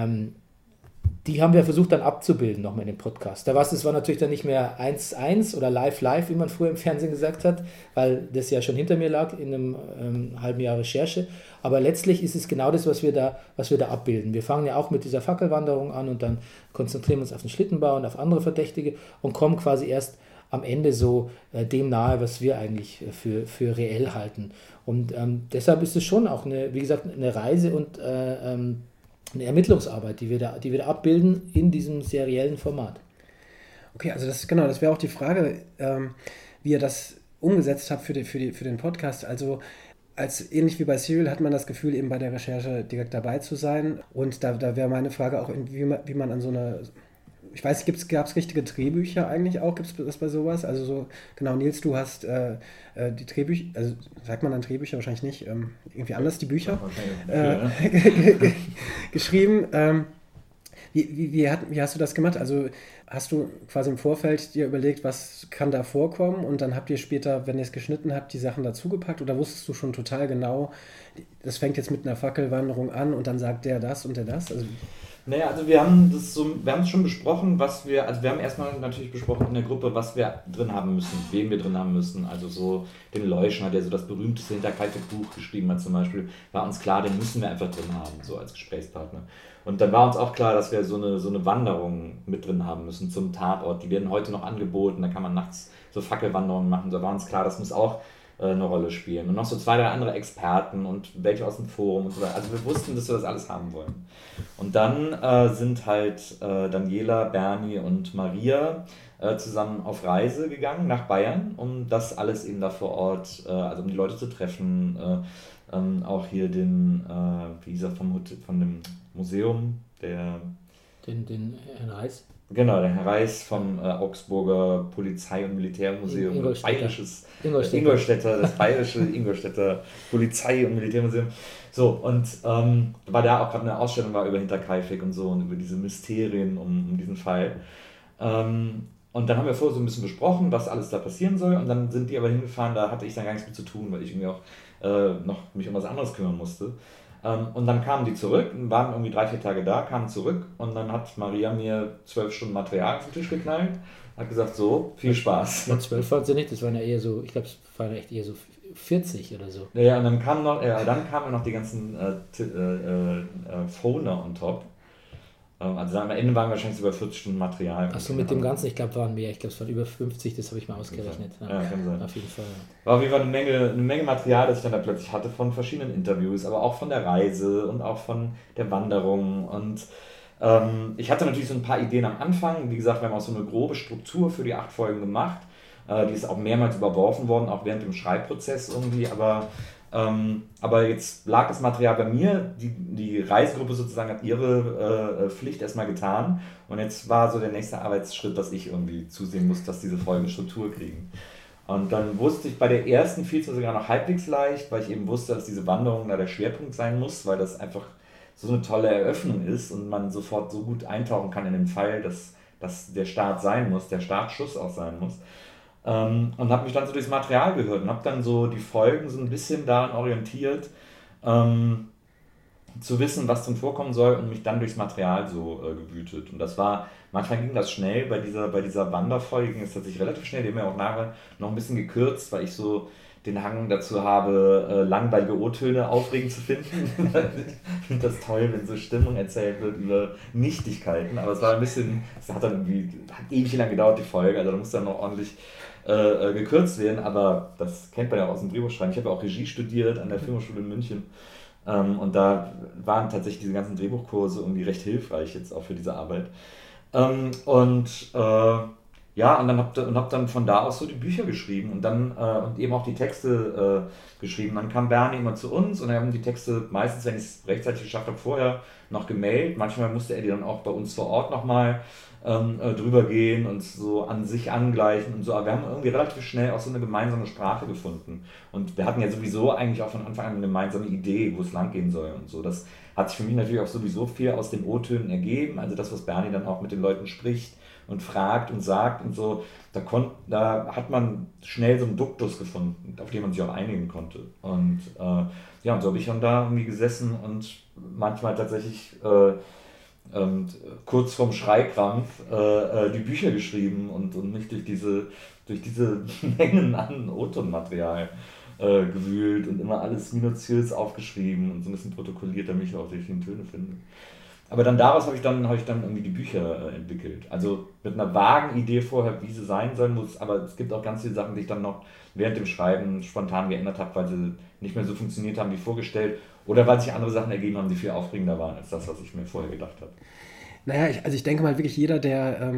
Die haben wir versucht dann abzubilden nochmal in dem Podcast. Das war natürlich dann nicht mehr 1:1 oder live, wie man früher im Fernsehen gesagt hat, weil das ja schon hinter mir lag in einem halben Jahr Recherche. Aber letztlich ist es genau das, was wir da abbilden. Wir fangen ja auch mit dieser Fackelwanderung an und dann konzentrieren wir uns auf den Schlittenbauer und auf andere Verdächtige und kommen quasi erst am Ende so dem nahe, was wir eigentlich für reell halten. Und deshalb ist es schon auch wie gesagt, eine Reise und eine Ermittlungsarbeit, die wir da abbilden in diesem seriellen Format. Okay, also das wäre auch die Frage, wie ihr das umgesetzt habt für den Podcast. Also ähnlich wie bei Cyril hat man das Gefühl, eben bei der Recherche direkt dabei zu sein. Und da wäre meine Frage auch, wie man an so eine... Ich weiß, gab es richtige Drehbücher eigentlich auch? Gibt es das bei sowas? Also so, genau, Nils, du hast die Drehbücher, also sagt man dann Drehbücher wahrscheinlich nicht, irgendwie anders die Bücher geschrieben. Wie hast du das gemacht? Also hast du quasi im Vorfeld dir überlegt, was kann da vorkommen und dann habt ihr später, wenn ihr es geschnitten habt, die Sachen dazugepackt oder wusstest du schon total genau, das fängt jetzt mit einer Fackelwanderung an und dann sagt der das und der das? Also, naja, also wir haben es schon besprochen, wir haben erstmal natürlich besprochen in der Gruppe, was wir drin haben müssen, wen wir drin haben müssen. Also so den Leuschner, der so das berühmteste Hinterkaifeck-Buch geschrieben hat zum Beispiel, war uns klar, den müssen wir einfach drin haben, so als Gesprächspartner. Und dann war uns auch klar, dass wir so eine Wanderung mit drin haben müssen zum Tatort. Die werden heute noch angeboten, da kann man nachts so Fackelwanderungen machen. Da war uns klar, das muss auch eine Rolle spielen. Und noch so 2, 3 andere Experten und welche aus dem Forum und so weiter. Also wir wussten, dass wir das alles haben wollen. Und dann sind halt Daniela, Bernie und Maria zusammen auf Reise gegangen nach Bayern, um das alles eben da vor Ort, also um die Leute zu treffen, auch hier den, wie hieß er von dem Museum, Den Herrn Reis. Genau, der Herr Reis vom Augsburger Polizei- und Militärmuseum, Ingolstädter, das bayerische Ingolstädter Polizei- und Militärmuseum. So, und war da auch gerade eine Ausstellung war über Hinterkaifeck und so und über diese Mysterien um diesen Fall. Und dann haben wir vorher so ein bisschen besprochen, was alles da passieren soll, und dann sind die aber hingefahren, da hatte ich dann gar nichts mit zu tun, weil ich irgendwie auch noch mich um was anderes kümmern musste. Und dann kamen die zurück, waren irgendwie 3, 4 Tage da, kamen zurück, und dann hat Maria mir 12 Stunden Material auf den Tisch geknallt, hat gesagt, so, viel Spaß. Ja, 12 waren sie nicht, das waren ja eher so, ich glaube, es waren echt eher so 40 oder so. Ja, und dann kamen noch die ganzen Phoner on top. Also dann am Ende waren wir wahrscheinlich über 40 Stunden Material. Achso, mit dem Ganzen, ich glaube, waren mehr. Ich glaube, es waren über 50, das habe ich mal ausgerechnet. Ja, kann sein. Auf jeden Fall. War auf jeden Fall eine Menge Material, das ich dann da plötzlich hatte von verschiedenen Interviews, aber auch von der Reise und auch von der Wanderung. Und ich hatte natürlich so ein paar Ideen am Anfang. Wie gesagt, wir haben auch so eine grobe Struktur für die 8 Folgen gemacht. Die ist auch mehrmals überworfen worden, auch während dem Schreibprozess irgendwie. Aber jetzt lag das Material bei mir, die Reisegruppe sozusagen hat ihre Pflicht erstmal getan, und jetzt war so der nächste Arbeitsschritt, dass ich irgendwie zusehen muss, dass diese Folgen Struktur kriegen. Und dann wusste ich, bei der ersten fiel es mir sogar noch halbwegs leicht, weil ich eben wusste, dass diese Wanderung da der Schwerpunkt sein muss, weil das einfach so eine tolle Eröffnung ist und man sofort so gut eintauchen kann in den Fall, dass der Start sein muss, der Startschuss auch sein muss. Und habe mich dann so durchs Material gehört und habe dann so die Folgen so ein bisschen daran orientiert, zu wissen, was drin vorkommen soll, und mich dann durchs Material so gewütet. Und manchmal ging das schnell, bei dieser Wanderfolge ging es tatsächlich relativ schnell, die haben wir auch nachher noch ein bisschen gekürzt, weil ich so den Hang dazu habe, langweilige O-Töne aufregend zu finden. Ich finde das toll, wenn so Stimmung erzählt wird über Nichtigkeiten, aber es hat ewig lang gedauert, die Folge, also da muss dann noch ordentlich gekürzt werden, aber das kennt man ja auch aus dem Drehbuchschreiben. Ich habe ja auch Regie studiert an der Filmhochschule in München, und da waren tatsächlich diese ganzen Drehbuchkurse irgendwie recht hilfreich jetzt auch für diese Arbeit. Und dann hab dann von da aus so die Bücher geschrieben und dann und eben auch die Texte geschrieben. Dann kam Bernie immer zu uns und wir haben die Texte meistens, wenn ich es rechtzeitig geschafft habe, vorher noch gemailt. Manchmal musste er die dann auch bei uns vor Ort nochmal drüber gehen und so an sich angleichen und so. Aber wir haben irgendwie relativ schnell auch so eine gemeinsame Sprache gefunden. Und wir hatten ja sowieso eigentlich auch von Anfang an eine gemeinsame Idee, wo es lang gehen soll und so. Das hat sich für mich natürlich auch sowieso viel aus den O-Tönen ergeben. Also das, was Bernie dann auch mit den Leuten spricht und fragt und sagt und so, da hat man schnell so einen Duktus gefunden, auf den man sich auch einigen konnte. Und und so habe ich dann da irgendwie gesessen und manchmal tatsächlich kurz vorm Schreikrampf die Bücher geschrieben und mich durch diese Mengen an O-Ton-Material gewühlt und immer alles minutiös aufgeschrieben und so ein bisschen protokolliert, damit ich auch die vielen Töne finde. Aber dann daraus habe ich dann irgendwie die Bücher entwickelt. Also mit einer vagen Idee vorher, wie sie sein sollen muss, aber es gibt auch ganz viele Sachen, die ich dann noch während dem Schreiben spontan geändert habe, weil sie nicht mehr so funktioniert haben wie vorgestellt oder weil sich andere Sachen ergeben haben, die viel aufregender waren als das, was ich mir vorher gedacht habe. Naja, ich denke mal wirklich jeder, der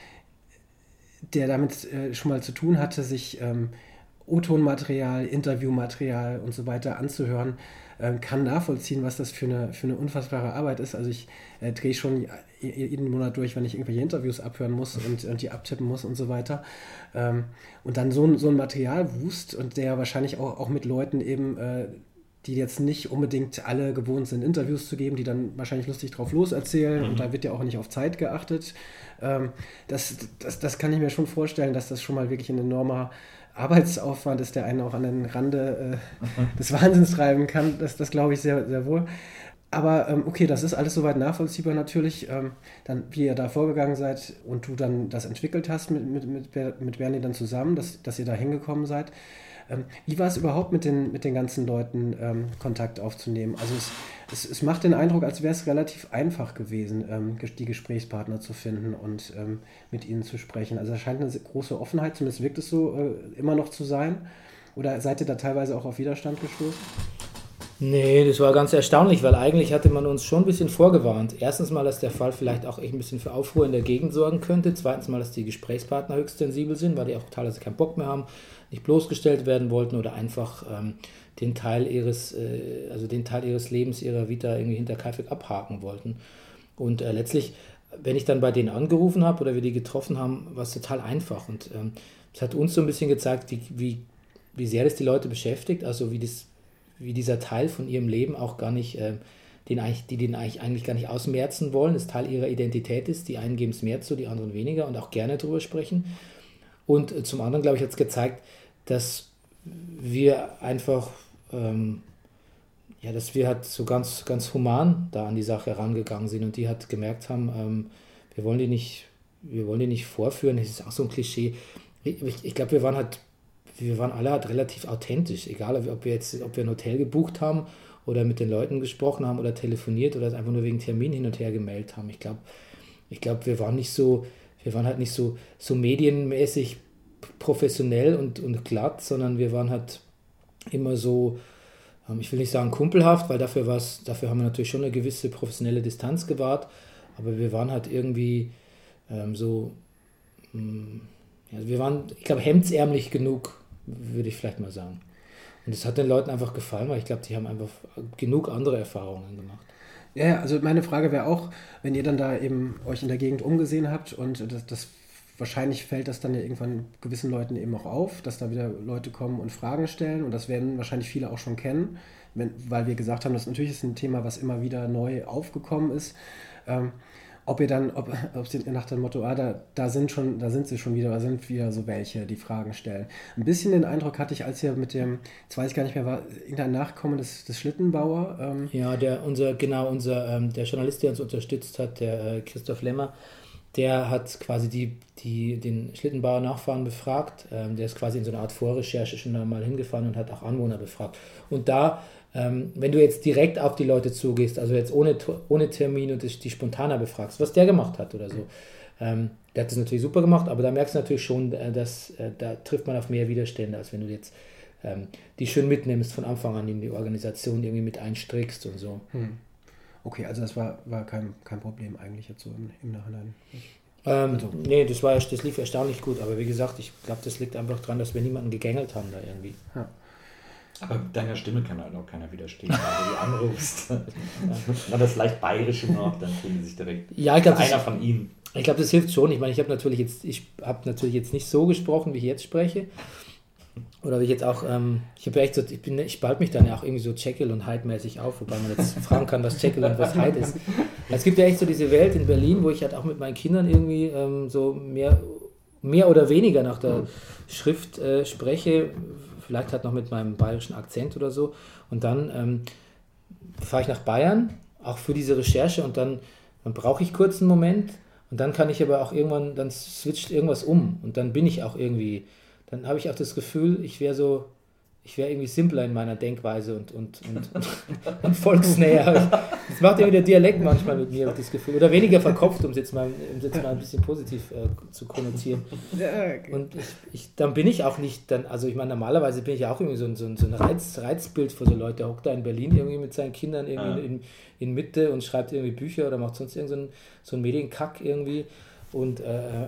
damit schon mal zu tun hatte, sich O-Ton-Material, Interviewmaterial und so weiter anzuhören, kann nachvollziehen, was das für eine unfassbare Arbeit ist. Also ich drehe schon jeden Monat durch, wenn ich irgendwelche Interviews abhören muss und die abtippen muss und so weiter. Und dann so ein Materialwust, und der wahrscheinlich auch mit Leuten eben, die jetzt nicht unbedingt alle gewohnt sind, Interviews zu geben, die dann wahrscheinlich lustig drauf loserzählen, und da wird ja auch nicht auf Zeit geachtet. Das kann ich mir schon vorstellen, dass das schon mal wirklich ein enormer Arbeitsaufwand ist, der einen auch an den Rande des Wahnsinns treiben kann. Das glaube ich sehr, sehr wohl. Aber okay, das ist alles soweit nachvollziehbar natürlich. Dann, wie ihr da vorgegangen seid und du dann das entwickelt hast mit Bernie dann zusammen, dass ihr da hingekommen seid. Wie war es überhaupt mit den ganzen Leuten Kontakt aufzunehmen? Also es macht den Eindruck, als wäre es relativ einfach gewesen, die Gesprächspartner zu finden und mit ihnen zu sprechen. Also es scheint eine große Offenheit, zumindest wirkt es so, immer noch zu sein. Oder seid ihr da teilweise auch auf Widerstand gestoßen? Nee, das war ganz erstaunlich, weil eigentlich hatte man uns schon ein bisschen vorgewarnt. Erstens mal, dass der Fall vielleicht auch echt ein bisschen für Aufruhr in der Gegend sorgen könnte. Zweitens mal, dass die Gesprächspartner höchst sensibel sind, weil die auch teilweise keinen Bock mehr haben, nicht bloßgestellt werden wollten oder einfach den Teil ihres Lebens, ihrer Vita irgendwie hinter Kaifeck abhaken wollten. Und letztlich, wenn ich dann bei denen angerufen habe oder wir die getroffen haben, war es total einfach. Und es hat uns so ein bisschen gezeigt, wie sehr das die Leute beschäftigt, also wie dieser Teil von ihrem Leben auch gar nicht, den eigentlich gar nicht ausmerzen wollen, das Teil ihrer Identität ist. Die einen geben es mehr zu, die anderen weniger und auch gerne drüber sprechen. Und zum anderen, glaube ich, hat es gezeigt, dass wir einfach, dass wir halt so ganz, ganz human da an die Sache herangegangen sind und die halt gemerkt haben, wir wollen die nicht vorführen, das ist auch so ein Klischee. Ich glaube, wir waren alle halt relativ authentisch, egal ob wir ein Hotel gebucht haben oder mit den Leuten gesprochen haben oder telefoniert oder es einfach nur wegen Termin hin und her gemeldet haben. Ich glaube, wir waren halt nicht so medienmäßig professionell und glatt, sondern wir waren halt immer so, ich will nicht sagen kumpelhaft, weil dafür haben wir natürlich schon eine gewisse professionelle Distanz gewahrt, aber wir waren halt irgendwie wir waren, ich glaube, hemdsärmlich genug, würde ich vielleicht mal sagen. Und das hat den Leuten einfach gefallen, weil ich glaube, die haben einfach genug andere Erfahrungen gemacht. Ja, also meine Frage wäre auch, wenn ihr dann da eben euch in der Gegend umgesehen habt und das wahrscheinlich fällt das dann ja irgendwann gewissen Leuten eben auch auf, dass da wieder Leute kommen und Fragen stellen und das werden wahrscheinlich viele auch schon kennen, weil wir gesagt haben, das natürlich ist ein Thema, was immer wieder neu aufgekommen ist. Ob ihr dann, ob sie nach dem Motto, da sind wieder so welche, die Fragen stellen. Ein bisschen den Eindruck hatte ich, als ihr mit dem, jetzt weiß ich gar nicht mehr, war irgendein Nachkommen des Schlittenbauer. Ja, der Journalist, der uns unterstützt hat, der Christoph Lemmer, der hat quasi den Schlittenbauer Nachfahren befragt. Der ist quasi in so einer Art Vorrecherche schon einmal hingefahren und hat auch Anwohner befragt. Und da, wenn du jetzt direkt auf die Leute zugehst, also jetzt ohne Termin und die spontaner befragst, was der gemacht hat oder so, der hat das natürlich super gemacht, aber da merkst du natürlich schon, dass da trifft man auf mehr Widerstände, als wenn du jetzt die schön mitnimmst von Anfang an in die Organisation, irgendwie mit einstrickst und so. Okay, also das war kein Problem eigentlich jetzt so im Nachhinein. Nee, das lief erstaunlich gut, aber wie gesagt, ich glaube, das liegt einfach daran, dass wir niemanden gegängelt haben da irgendwie. Ja. Aber deiner Stimme kann halt auch keiner widerstehen, wenn du die anrufst. Und das leicht Bayerische noch, dann fühlen sie sich direkt einer von ihnen. Ich glaube, das hilft schon. Ich meine, ich habe natürlich jetzt nicht so gesprochen, wie ich jetzt spreche. Oder wie ich jetzt auch, ich spalte mich dann ja auch irgendwie so Jekyll und Hyde-mäßig auf, wobei man jetzt fragen kann, was Jekyll und was Hyde ist. Es gibt ja echt so diese Welt in Berlin, wo ich halt auch mit meinen Kindern irgendwie so mehr oder weniger nach der Schrift spreche, vielleicht halt noch mit meinem bayerischen Akzent oder so. Und dann fahre ich nach Bayern, auch für diese Recherche und dann brauche ich kurz einen Moment und dann kann ich aber auch irgendwann, dann switcht irgendwas um und dann bin ich auch irgendwie, dann habe ich auch das Gefühl, ich wäre irgendwie simpler in meiner Denkweise und volksnäher. Das macht irgendwie der Dialekt manchmal mit mir, das Gefühl. Oder weniger verkopft, um es jetzt mal ein bisschen positiv zu konnotieren. Und dann bin ich auch nicht, also ich meine, normalerweise bin ich ja auch irgendwie so ein Reizbild für so Leute. Der hockt da in Berlin irgendwie mit seinen Kindern irgendwie in Mitte und schreibt irgendwie Bücher oder macht sonst irgend so einen Medienkack irgendwie. Und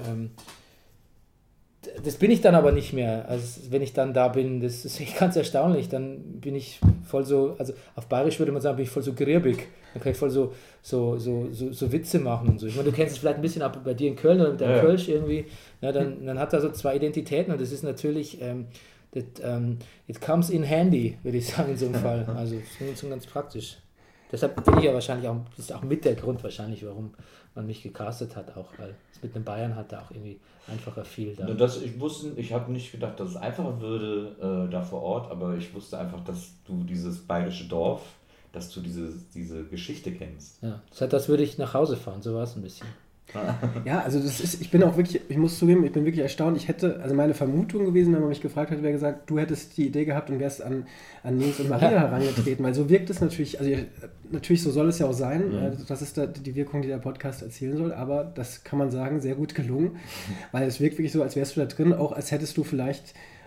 das bin ich dann aber nicht mehr, also wenn ich dann da bin, das ist echt ganz erstaunlich, dann bin ich voll so, also auf Bayerisch würde man sagen, bin ich voll so grirbig, dann kann ich voll so Witze machen und so. Ich meine, du kennst es vielleicht ein bisschen ab bei dir in Köln oder mit deinem Kölsch irgendwie, ja, dann hat er so zwei Identitäten und das ist natürlich, it comes in handy, würde ich sagen in so einem Fall, also das ist schon ganz praktisch. Deshalb bin ich ja wahrscheinlich auch, das ist auch mit der Grund wahrscheinlich, warum man mich gecastet hat, auch, weil es mit den Bayern hat da auch irgendwie einfacher viel da. Ich habe nicht gedacht, dass es einfacher würde da vor Ort, aber ich wusste einfach, dass du dieses bayerische Dorf, dass du diese Geschichte kennst. Ja, das würde ich nach Hause fahren, so war es ein bisschen. Ja, also ich bin auch wirklich, ich muss zugeben, ich bin wirklich erstaunt. Also meine Vermutung gewesen, wenn man mich gefragt hätte, wäre gesagt, du hättest die Idee gehabt und wärst an Nils und Maria herangetreten, weil so wirkt es natürlich, also natürlich so soll es ja auch sein, das ist die Wirkung, die der Podcast erzielen soll, aber das kann man sagen, sehr gut gelungen, weil es wirkt wirklich so, als wärst du da drin, auch als hättest du vielleicht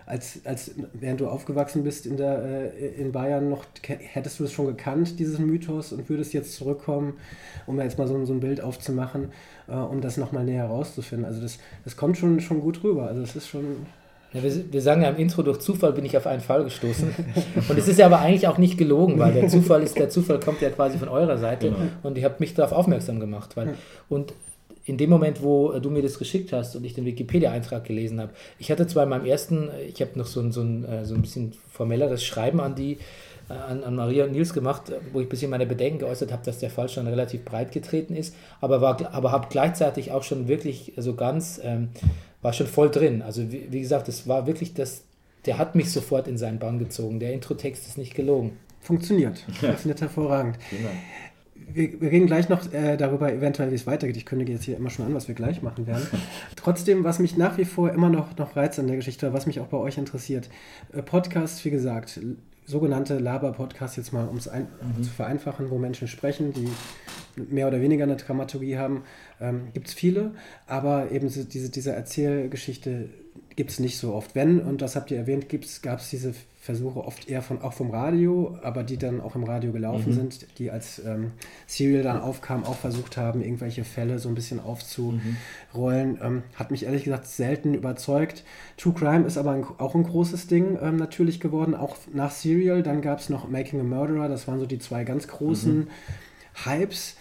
während du aufgewachsen bist in Bayern noch, hättest du es schon gekannt, diesen Mythos, und würdest jetzt zurückkommen, um jetzt mal so ein Bild aufzumachen, um das nochmal näher herauszufinden. Also das kommt schon gut rüber. Also es ist schon... Ja, wir sagen ja im Intro, durch Zufall bin ich auf einen Fall gestoßen. Und es ist ja aber eigentlich auch nicht gelogen, weil der Zufall kommt ja quasi von eurer Seite, genau. Und ihr habt mich darauf aufmerksam gemacht. Und in dem Moment, wo du mir das geschickt hast und ich den Wikipedia-Eintrag gelesen habe, ich hatte zwar in meinem ersten, ich habe noch so ein bisschen formelleres Schreiben an Maria und Nils gemacht, wo ich ein bisschen meine Bedenken geäußert habe, dass der Fall schon relativ breit getreten ist, aber habe gleichzeitig auch schon wirklich so ganz... war schon voll drin. Also wie gesagt, das war wirklich der hat mich sofort in seinen Bann gezogen. Der Introtext ist nicht gelogen. Funktioniert hervorragend. Wir reden gleich noch darüber, eventuell, wie es weitergeht. Ich kündige jetzt hier immer schon an, was wir gleich machen werden. Trotzdem, was mich nach wie vor immer noch reizt an der Geschichte, was mich auch bei euch interessiert, Podcasts, wie gesagt, sogenannte Laber-Podcasts, jetzt mal um es zu vereinfachen, wo Menschen sprechen, die mehr oder weniger eine Dramaturgie haben, gibt es viele, aber eben diese Erzählgeschichte gibt es nicht so oft. Wenn, und das habt ihr erwähnt, gab es diese Versuche oft eher auch vom Radio, aber die dann auch im Radio gelaufen sind, die als Serial dann aufkamen, auch versucht haben, irgendwelche Fälle so ein bisschen aufzurollen. Hat mich ehrlich gesagt selten überzeugt. True Crime ist aber auch ein großes Ding natürlich geworden, auch nach Serial. Dann gab es noch Making a Murderer, das waren so die zwei ganz großen Hypes.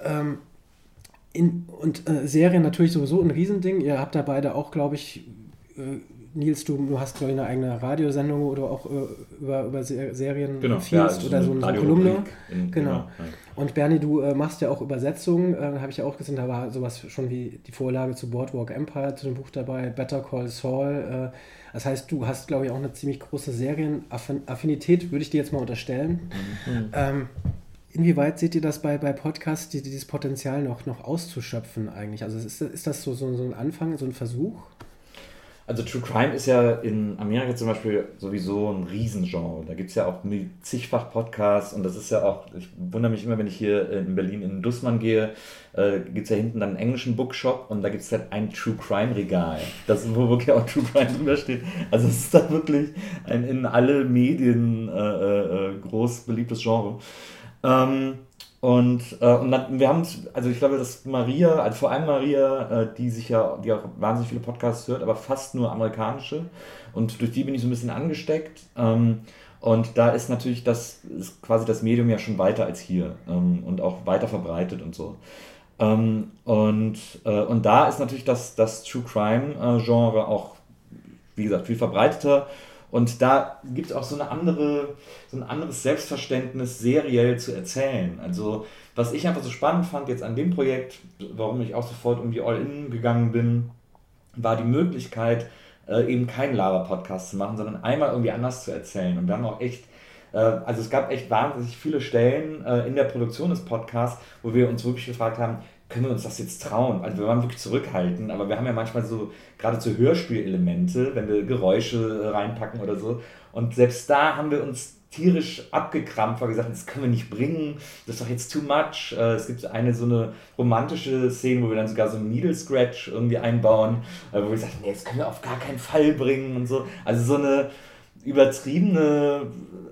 Serien natürlich sowieso ein Riesending. Ihr habt da beide auch, glaube ich, Nils, du hast, glaube ich, eine eigene Radiosendung oder auch über Serien empfiehlst, oder so eine Kolumne. Genau. Und Bernie, du machst ja auch Übersetzungen, habe ich ja auch gesehen, da war sowas schon wie die Vorlage zu Boardwalk Empire, zu dem Buch dabei, Better Call Saul. Das heißt, du hast, glaube ich, auch eine ziemlich große Serienaffinität, würde ich dir jetzt mal unterstellen. Inwieweit seht ihr das bei Podcasts, dieses Potenzial noch auszuschöpfen eigentlich? Also ist das so ein Anfang, so ein Versuch? Also True Crime ist ja in Amerika zum Beispiel sowieso ein Riesengenre. Da gibt es ja auch zigfach Podcasts und das ist ja auch, ich wundere mich immer, wenn ich hier in Berlin in Dussmann gehe, gibt es ja hinten dann einen englischen Bookshop und da gibt es halt ein True Crime Regal, wo wirklich auch True Crime drüber steht. Also es ist da wirklich ein in alle Medien groß beliebtes Genre. Und dann, wir haben, also ich glaube, dass Maria, also vor allem Maria, die auch wahnsinnig viele Podcasts hört, aber fast nur amerikanische, und durch die bin ich so ein bisschen angesteckt, und da ist natürlich ist quasi das Medium ja schon weiter als hier, und auch weiter verbreitet und so. Und da ist natürlich das True Crime Genre auch, wie gesagt, viel verbreiteter. Und da gibt es auch so ein anderes Selbstverständnis, seriell zu erzählen. Also was ich einfach so spannend fand jetzt an dem Projekt, warum ich auch sofort irgendwie All-In gegangen bin, war die Möglichkeit, eben keinen Laber-Podcast zu machen, sondern einmal irgendwie anders zu erzählen. Und dann auch echt, also es gab echt wahnsinnig viele Stellen in der Produktion des Podcasts, wo wir uns wirklich gefragt haben, können wir uns das jetzt trauen? Also wir waren wirklich zurückhaltend, aber wir haben ja manchmal so geradezu Hörspielelemente, wenn wir Geräusche reinpacken oder so. Und selbst da haben wir uns tierisch abgekrampft, weil wir gesagt haben, das können wir nicht bringen, das ist doch jetzt too much. Es gibt so eine romantische Szene, wo wir dann sogar so einen Needle Scratch irgendwie einbauen, wo wir sagen, nee, das können wir auf gar keinen Fall bringen und so. Also so eine übertriebene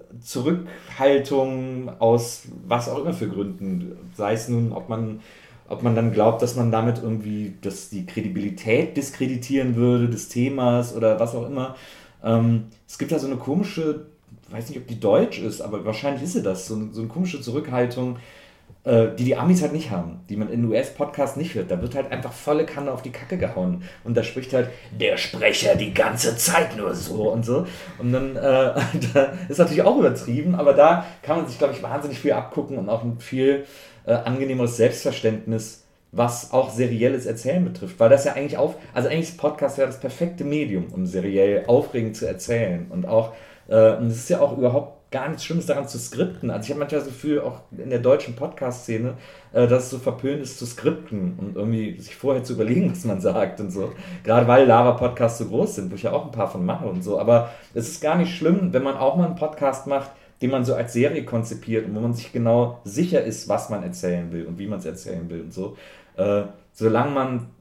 Zurückhaltung aus was auch immer für Gründen, sei es nun, ob man dann glaubt, dass man damit irgendwie die Kredibilität diskreditieren würde des Themas oder was auch immer. Es gibt da so eine komische, ich weiß nicht, ob die deutsch ist, aber wahrscheinlich ist sie das, so eine komische Zurückhaltung, die Amis halt nicht haben, die man in US-Podcasts nicht hört. Da wird halt einfach volle Kanne auf die Kacke gehauen. Und da spricht halt der Sprecher die ganze Zeit nur so und so. Und dann da ist natürlich auch übertrieben, aber da kann man sich, glaube ich, wahnsinnig viel abgucken und auch ein viel angenehmeres Selbstverständnis, was auch serielles Erzählen betrifft. Weil das ja eigentlich eigentlich ist Podcast ja das perfekte Medium, um seriell aufregend zu erzählen. Und auch, und es ist ja auch überhaupt gar nichts Schlimmes daran zu skripten. Also ich habe manchmal das Gefühl, auch in der deutschen Podcast-Szene, dass es so verpönt ist zu skripten und irgendwie sich vorher zu überlegen, was man sagt und so. Gerade weil Lava-Podcasts so groß sind, wo ich ja auch ein paar von mache und so. Aber es ist gar nicht schlimm, wenn man auch mal einen Podcast macht, den man so als Serie konzipiert und wo man sich genau sicher ist, was man erzählen will und wie man es erzählen will und so. Solange man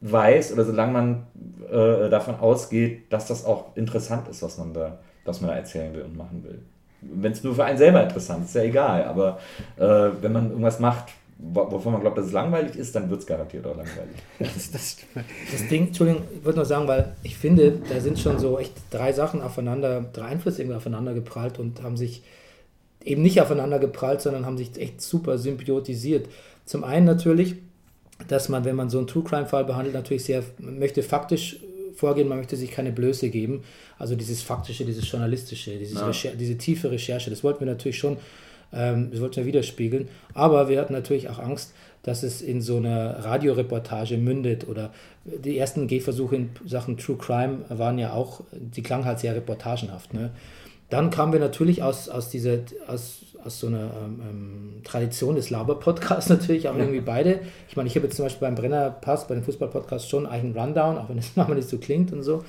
weiß oder solange man davon ausgeht, dass das auch interessant ist, was man da erzählen will und machen will. Wenn es nur für einen selber interessant ist, ist ja egal, aber wenn man irgendwas macht, wovon man glaubt, dass es langweilig ist, dann wird es garantiert auch langweilig. Das Ding, Entschuldigung, ich würde noch sagen, weil ich finde, da sind schon so echt drei Einflüsse irgendwie aufeinander geprallt und haben sich eben nicht aufeinander geprallt, sondern haben sich echt super symbiotisiert. Zum einen natürlich, dass man, wenn man so einen True-Crime-Fall behandelt, natürlich möchte faktisch vorgehen, man möchte sich keine Blöße geben. Also dieses Faktische, dieses Journalistische, diese tiefe Recherche, das wollten wir natürlich schon, das wollten wir widerspiegeln. Aber wir hatten natürlich auch Angst, dass es in so einer Radioreportage mündet oder die ersten Gehversuche in Sachen True Crime waren ja auch, die klangen halt sehr reportagenhaft. Ne? Dann kamen wir natürlich aus so einer Tradition des Laber-Podcasts natürlich auch irgendwie beide. Ich meine, ich habe jetzt zum Beispiel beim Brennerpass, bei dem Fußball-Podcast schon eigentlich einen Rundown, auch wenn es manchmal nicht so klingt und so.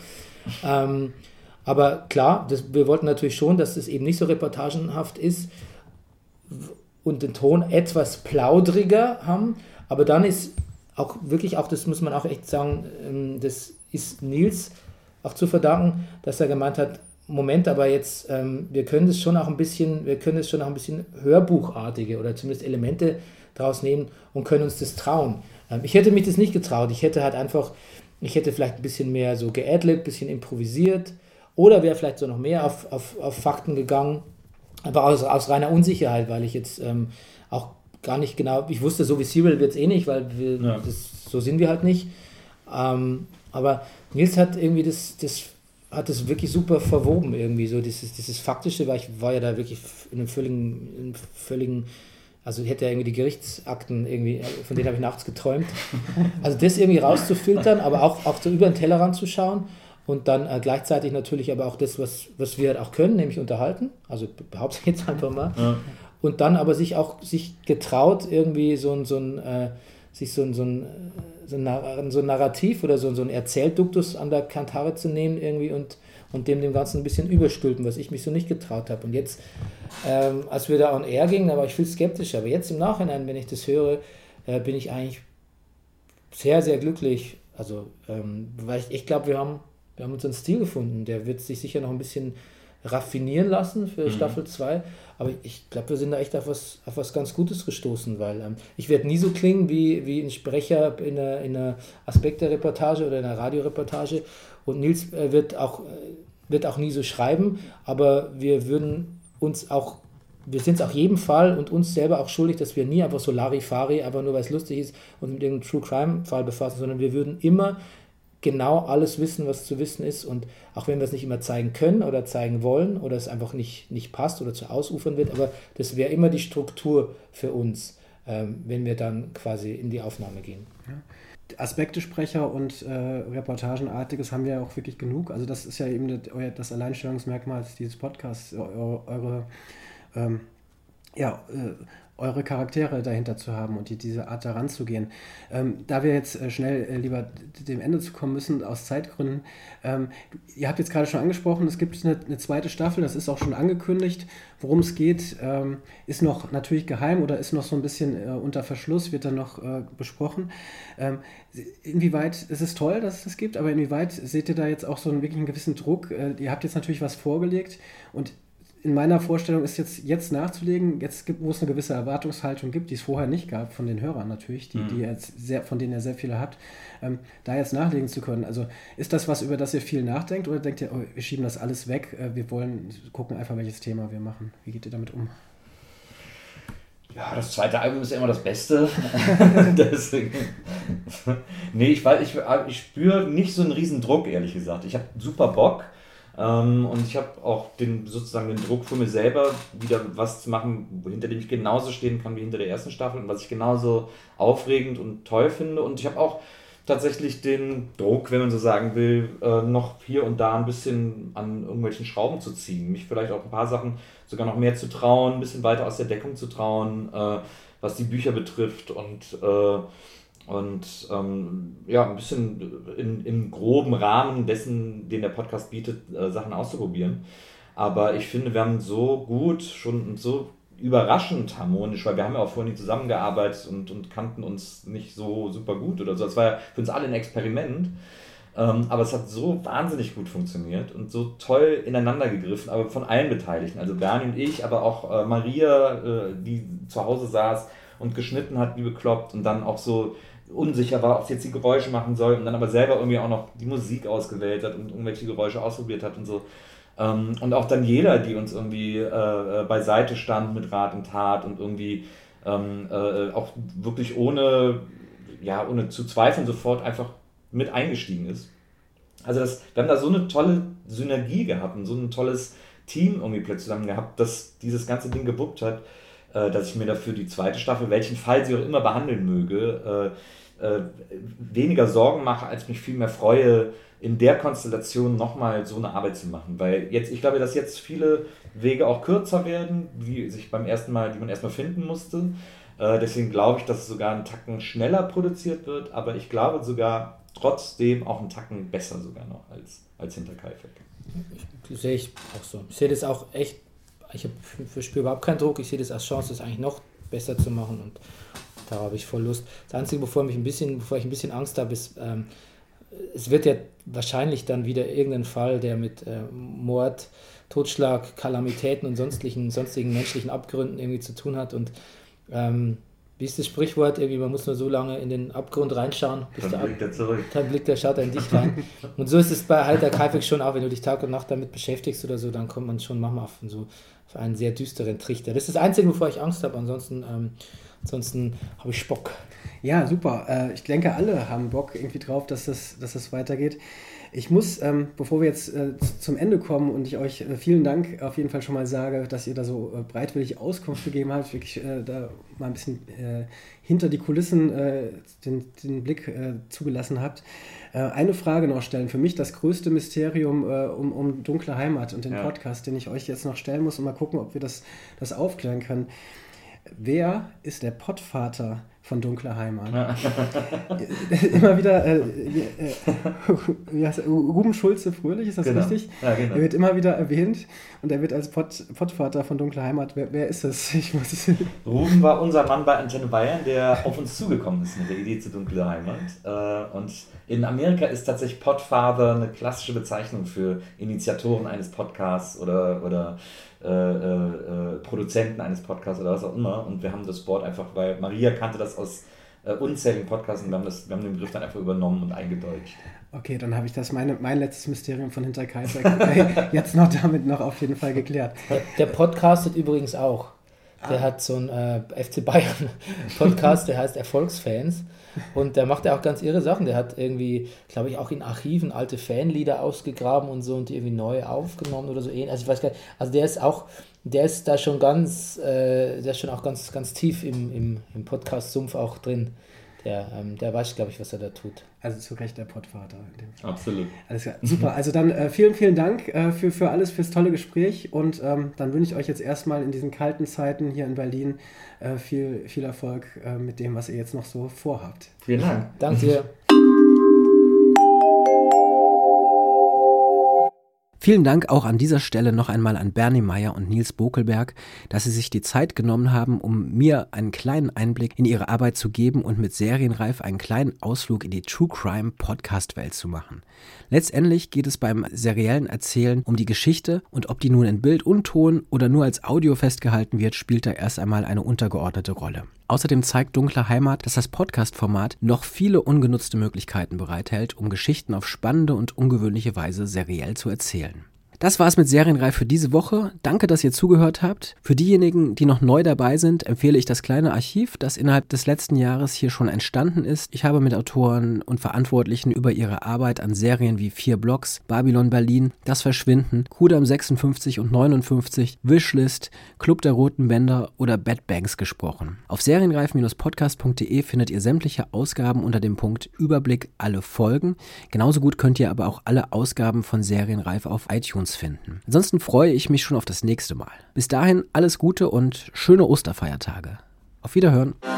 Aber klar, wir wollten natürlich schon, dass es eben nicht so reportagenhaft ist und den Ton etwas plaudriger haben. Aber dann ist auch wirklich, auch das muss man auch echt sagen, das ist Nils auch zu verdanken, dass er gemeint hat, Moment, aber jetzt, wir können es schon auch ein bisschen hörbuchartige oder zumindest Elemente draus nehmen und können uns das trauen. Ich hätte mich das nicht getraut. Ich hätte vielleicht ein bisschen mehr so geadlibt, ein bisschen improvisiert oder wäre vielleicht so noch mehr auf Fakten gegangen, aber aus reiner Unsicherheit, weil ich jetzt auch gar nicht genau, ich wusste, so wie Serial wird es eh nicht, weil so sind wir halt nicht. Aber Nils hat irgendwie hat es wirklich super verwoben irgendwie, so dieses Faktische, weil ich war ja da wirklich in einem völligen, also ich hätte ja irgendwie die Gerichtsakten irgendwie, von denen habe ich nachts geträumt. Also das irgendwie rauszufiltern, aber auch so über den Tellerrand zu schauen und dann gleichzeitig natürlich aber auch das, was wir halt auch können, nämlich unterhalten, also behaupte ich jetzt einfach mal. Ja. Und dann aber sich getraut, irgendwie so ein Narrativ oder so ein Erzählduktus an der Kantare zu nehmen irgendwie und dem Ganzen ein bisschen überstülpen, was ich mich so nicht getraut habe. Und jetzt, als wir da on air gingen, da war ich viel skeptischer. Aber jetzt im Nachhinein, wenn ich das höre, bin ich eigentlich sehr, sehr glücklich. Also, weil ich glaube, wir haben unseren Stil gefunden. Der wird sich sicher noch ein bisschen raffinieren lassen für Staffel 2. Aber ich glaube, wir sind da echt auf was ganz Gutes gestoßen, weil ich werde nie so klingen wie ein Sprecher in einer Aspekte-Reportage oder in einer Radioreportage und Nils wird auch nie so schreiben, aber wir sind es auch jedem Fall und uns selber auch schuldig, dass wir nie einfach so Larifari, einfach nur weil es lustig ist und mit irgendeinem True-Crime-Fall befassen, sondern wir würden immer genau alles wissen, was zu wissen ist und auch wenn wir es nicht immer zeigen können oder zeigen wollen oder es einfach nicht passt oder zu ausufern wird, aber das wäre immer die Struktur für uns, wenn wir dann quasi in die Aufnahme gehen. Ja. Aspektesprecher und Reportagenartiges haben wir ja auch wirklich genug, also das ist ja eben das Alleinstellungsmerkmal dieses Podcasts, eure Charaktere dahinter zu haben und diese Art daran zu gehen. Da wir jetzt schnell lieber dem Ende zu kommen müssen, aus Zeitgründen, ihr habt jetzt gerade schon angesprochen, es gibt eine zweite Staffel, das ist auch schon angekündigt. Worum es geht, ist noch natürlich geheim oder ist noch so ein bisschen unter Verschluss, wird dann noch besprochen. Inwieweit, es ist toll, dass es das gibt, aber inwieweit seht ihr da jetzt auch so wirklich einen gewissen Druck? Ihr habt jetzt natürlich was vorgelegt und in meiner Vorstellung ist jetzt nachzulegen, wo es eine gewisse Erwartungshaltung gibt, die es vorher nicht gab, von den Hörern natürlich, von denen ihr sehr viele habt, da jetzt nachlegen zu können. Also ist das was, über das ihr viel nachdenkt oder denkt ihr, wir schieben das alles weg, wir gucken einfach, welches Thema wir machen. Wie geht ihr damit um? Ja, das zweite Album ist ja immer das Beste. Deswegen. Nee, ich spüre nicht so einen riesen Druck, ehrlich gesagt. Ich habe super Bock. Und ich habe auch den Druck für mich selber, wieder was zu machen, hinter dem ich genauso stehen kann wie hinter der ersten Staffel und was ich genauso aufregend und toll finde. Und ich habe auch tatsächlich den Druck, wenn man so sagen will, noch hier und da ein bisschen an irgendwelchen Schrauben zu ziehen. Mich vielleicht auch ein paar Sachen sogar noch mehr zu trauen, ein bisschen weiter aus der Deckung zu trauen, was die Bücher betrifft und ein bisschen im groben Rahmen dessen, den der Podcast bietet, Sachen auszuprobieren. Aber ich finde, wir haben so gut schon und so überraschend harmonisch, weil wir haben ja auch vorhin nie zusammengearbeitet und kannten uns nicht so super gut oder so. Es war ja für uns alle ein Experiment, aber es hat so wahnsinnig gut funktioniert und so toll ineinander gegriffen, aber von allen Beteiligten, also Bernie und ich, aber auch Maria, die zu Hause saß und geschnitten hat wie bekloppt und dann auch so unsicher war, ob sie jetzt die Geräusche machen soll und dann aber selber irgendwie auch noch die Musik ausgewählt hat und irgendwelche Geräusche ausprobiert hat und so. Und auch Daniela, die uns irgendwie beiseite stand mit Rat und Tat und irgendwie auch wirklich ohne zu zweifeln sofort einfach mit eingestiegen ist. Also wir haben da so eine tolle Synergie gehabt und so ein tolles Team irgendwie plötzlich zusammen gehabt, dass dieses ganze Ding gewuppt hat, dass ich mir dafür die zweite Staffel, welchen Fall sie auch immer behandeln möge, weniger Sorgen mache, als mich viel mehr freue, in der Konstellation nochmal so eine Arbeit zu machen. Weil ich glaube, dass jetzt viele Wege auch kürzer werden, die man erstmal finden musste. Deswegen glaube ich, dass es sogar einen Tacken schneller produziert wird, aber ich glaube sogar trotzdem auch einen Tacken besser sogar noch als hinter Kaifek. Sehe ich auch so. Ich sehe das auch echt, ich spüre überhaupt keinen Druck, ich sehe das als Chance, das eigentlich noch besser zu machen und da habe ich voll Lust. Das Einzige, bevor ich ein bisschen Angst habe, ist, es wird ja wahrscheinlich dann wieder irgendein Fall, der mit Mord, Totschlag, Kalamitäten und sonstigen menschlichen Abgründen irgendwie zu tun hat und wie ist das Sprichwort, irgendwie, man muss nur so lange in den Abgrund reinschauen, bis dann blickt er, schaut er in dich rein. Und so ist es bei Hinter Kaifek schon auch, wenn du dich Tag und Nacht damit beschäftigst oder so, dann kommt man schon manchmal auf einen sehr düsteren Trichter. Das ist das Einzige, wovor ich Angst habe, ansonsten habe ich Bock. Ja, super. Ich denke, alle haben Bock irgendwie drauf, dass das weitergeht. Ich muss, bevor wir jetzt zum Ende kommen und ich euch vielen Dank auf jeden Fall schon mal sage, dass ihr da so breitwillig Auskunft gegeben habt, wirklich da mal ein bisschen hinter die Kulissen den Blick zugelassen habt. Eine Frage noch stellen. Für mich das größte Mysterium um Dunkle Heimat und den Podcast, den ich euch jetzt noch stellen muss und mal gucken, ob wir das aufklären können. Wer ist der Pottvater von Dunkle Heimat? Immer wieder, wie heißt er? Ruben Schulze-Fröhlich, ist das richtig? Ja, genau. Er wird immer wieder erwähnt und er wird als Pottvater von Dunkle Heimat. Wer ist es? Ruben war unser Mann bei Antenne Bayern, der auf uns zugekommen ist mit der Idee zu Dunkle Heimat. Und in Amerika ist tatsächlich Podfather eine klassische Bezeichnung für Initiatoren eines Podcasts oder Produzenten eines Podcasts oder was auch immer. Und wir haben das Wort einfach, weil Maria kannte das aus unzähligen Podcasts und wir haben den Begriff dann einfach übernommen und eingedeutscht. Okay, dann habe ich das mein letztes Mysterium von Hinter Kaifek jetzt damit noch auf jeden Fall geklärt. Der podcastet übrigens auch. Der hat so einen FC Bayern Podcast, der heißt Erfolgsfans. Und der macht ja auch ganz irre Sachen. Der hat irgendwie, glaube ich, auch in Archiven alte Fanlieder ausgegraben und so und die irgendwie neu aufgenommen oder so. Also ich weiß gar nicht, also der ist da schon ganz, der ist schon auch ganz, ganz tief im Podcast-Sumpf auch drin. Der weiß, glaube ich, was er da tut. Also zu Recht der Pottvater. Absolut. Alles klar. Super. Also dann vielen, vielen Dank für alles, fürs tolle Gespräch und dann wünsche ich euch jetzt erstmal in diesen kalten Zeiten hier in Berlin viel, viel Erfolg mit dem, was ihr jetzt noch so vorhabt. Vielen Dank. Danke dir. Vielen Dank auch an dieser Stelle noch einmal an Bernie Meyer und Nils Bokelberg, dass sie sich die Zeit genommen haben, um mir einen kleinen Einblick in ihre Arbeit zu geben und mit Serienreif einen kleinen Ausflug in die True Crime Podcast Welt zu machen. Letztendlich geht es beim seriellen Erzählen um die Geschichte und ob die nun in Bild und Ton oder nur als Audio festgehalten wird, spielt da erst einmal eine untergeordnete Rolle. Außerdem zeigt Dunkle Heimat, dass das Podcast-Format noch viele ungenutzte Möglichkeiten bereithält, um Geschichten auf spannende und ungewöhnliche Weise seriell zu erzählen. Das war's mit Serienreif für diese Woche. Danke, dass ihr zugehört habt. Für diejenigen, die noch neu dabei sind, empfehle ich das kleine Archiv, das innerhalb des letzten Jahres hier schon entstanden ist. Ich habe mit Autoren und Verantwortlichen über ihre Arbeit an Serien wie 4 Blocks, Babylon Berlin, Das Verschwinden, Kudam 56 und 59, Wishlist, Club der Roten Bänder oder Bad Banks gesprochen. Auf serienreif-podcast.de findet ihr sämtliche Ausgaben unter dem Punkt Überblick alle Folgen. Genauso gut könnt ihr aber auch alle Ausgaben von Serienreif auf iTunes finden. Ansonsten freue ich mich schon auf das nächste Mal. Bis dahin alles Gute und schöne Osterfeiertage. Auf Wiederhören.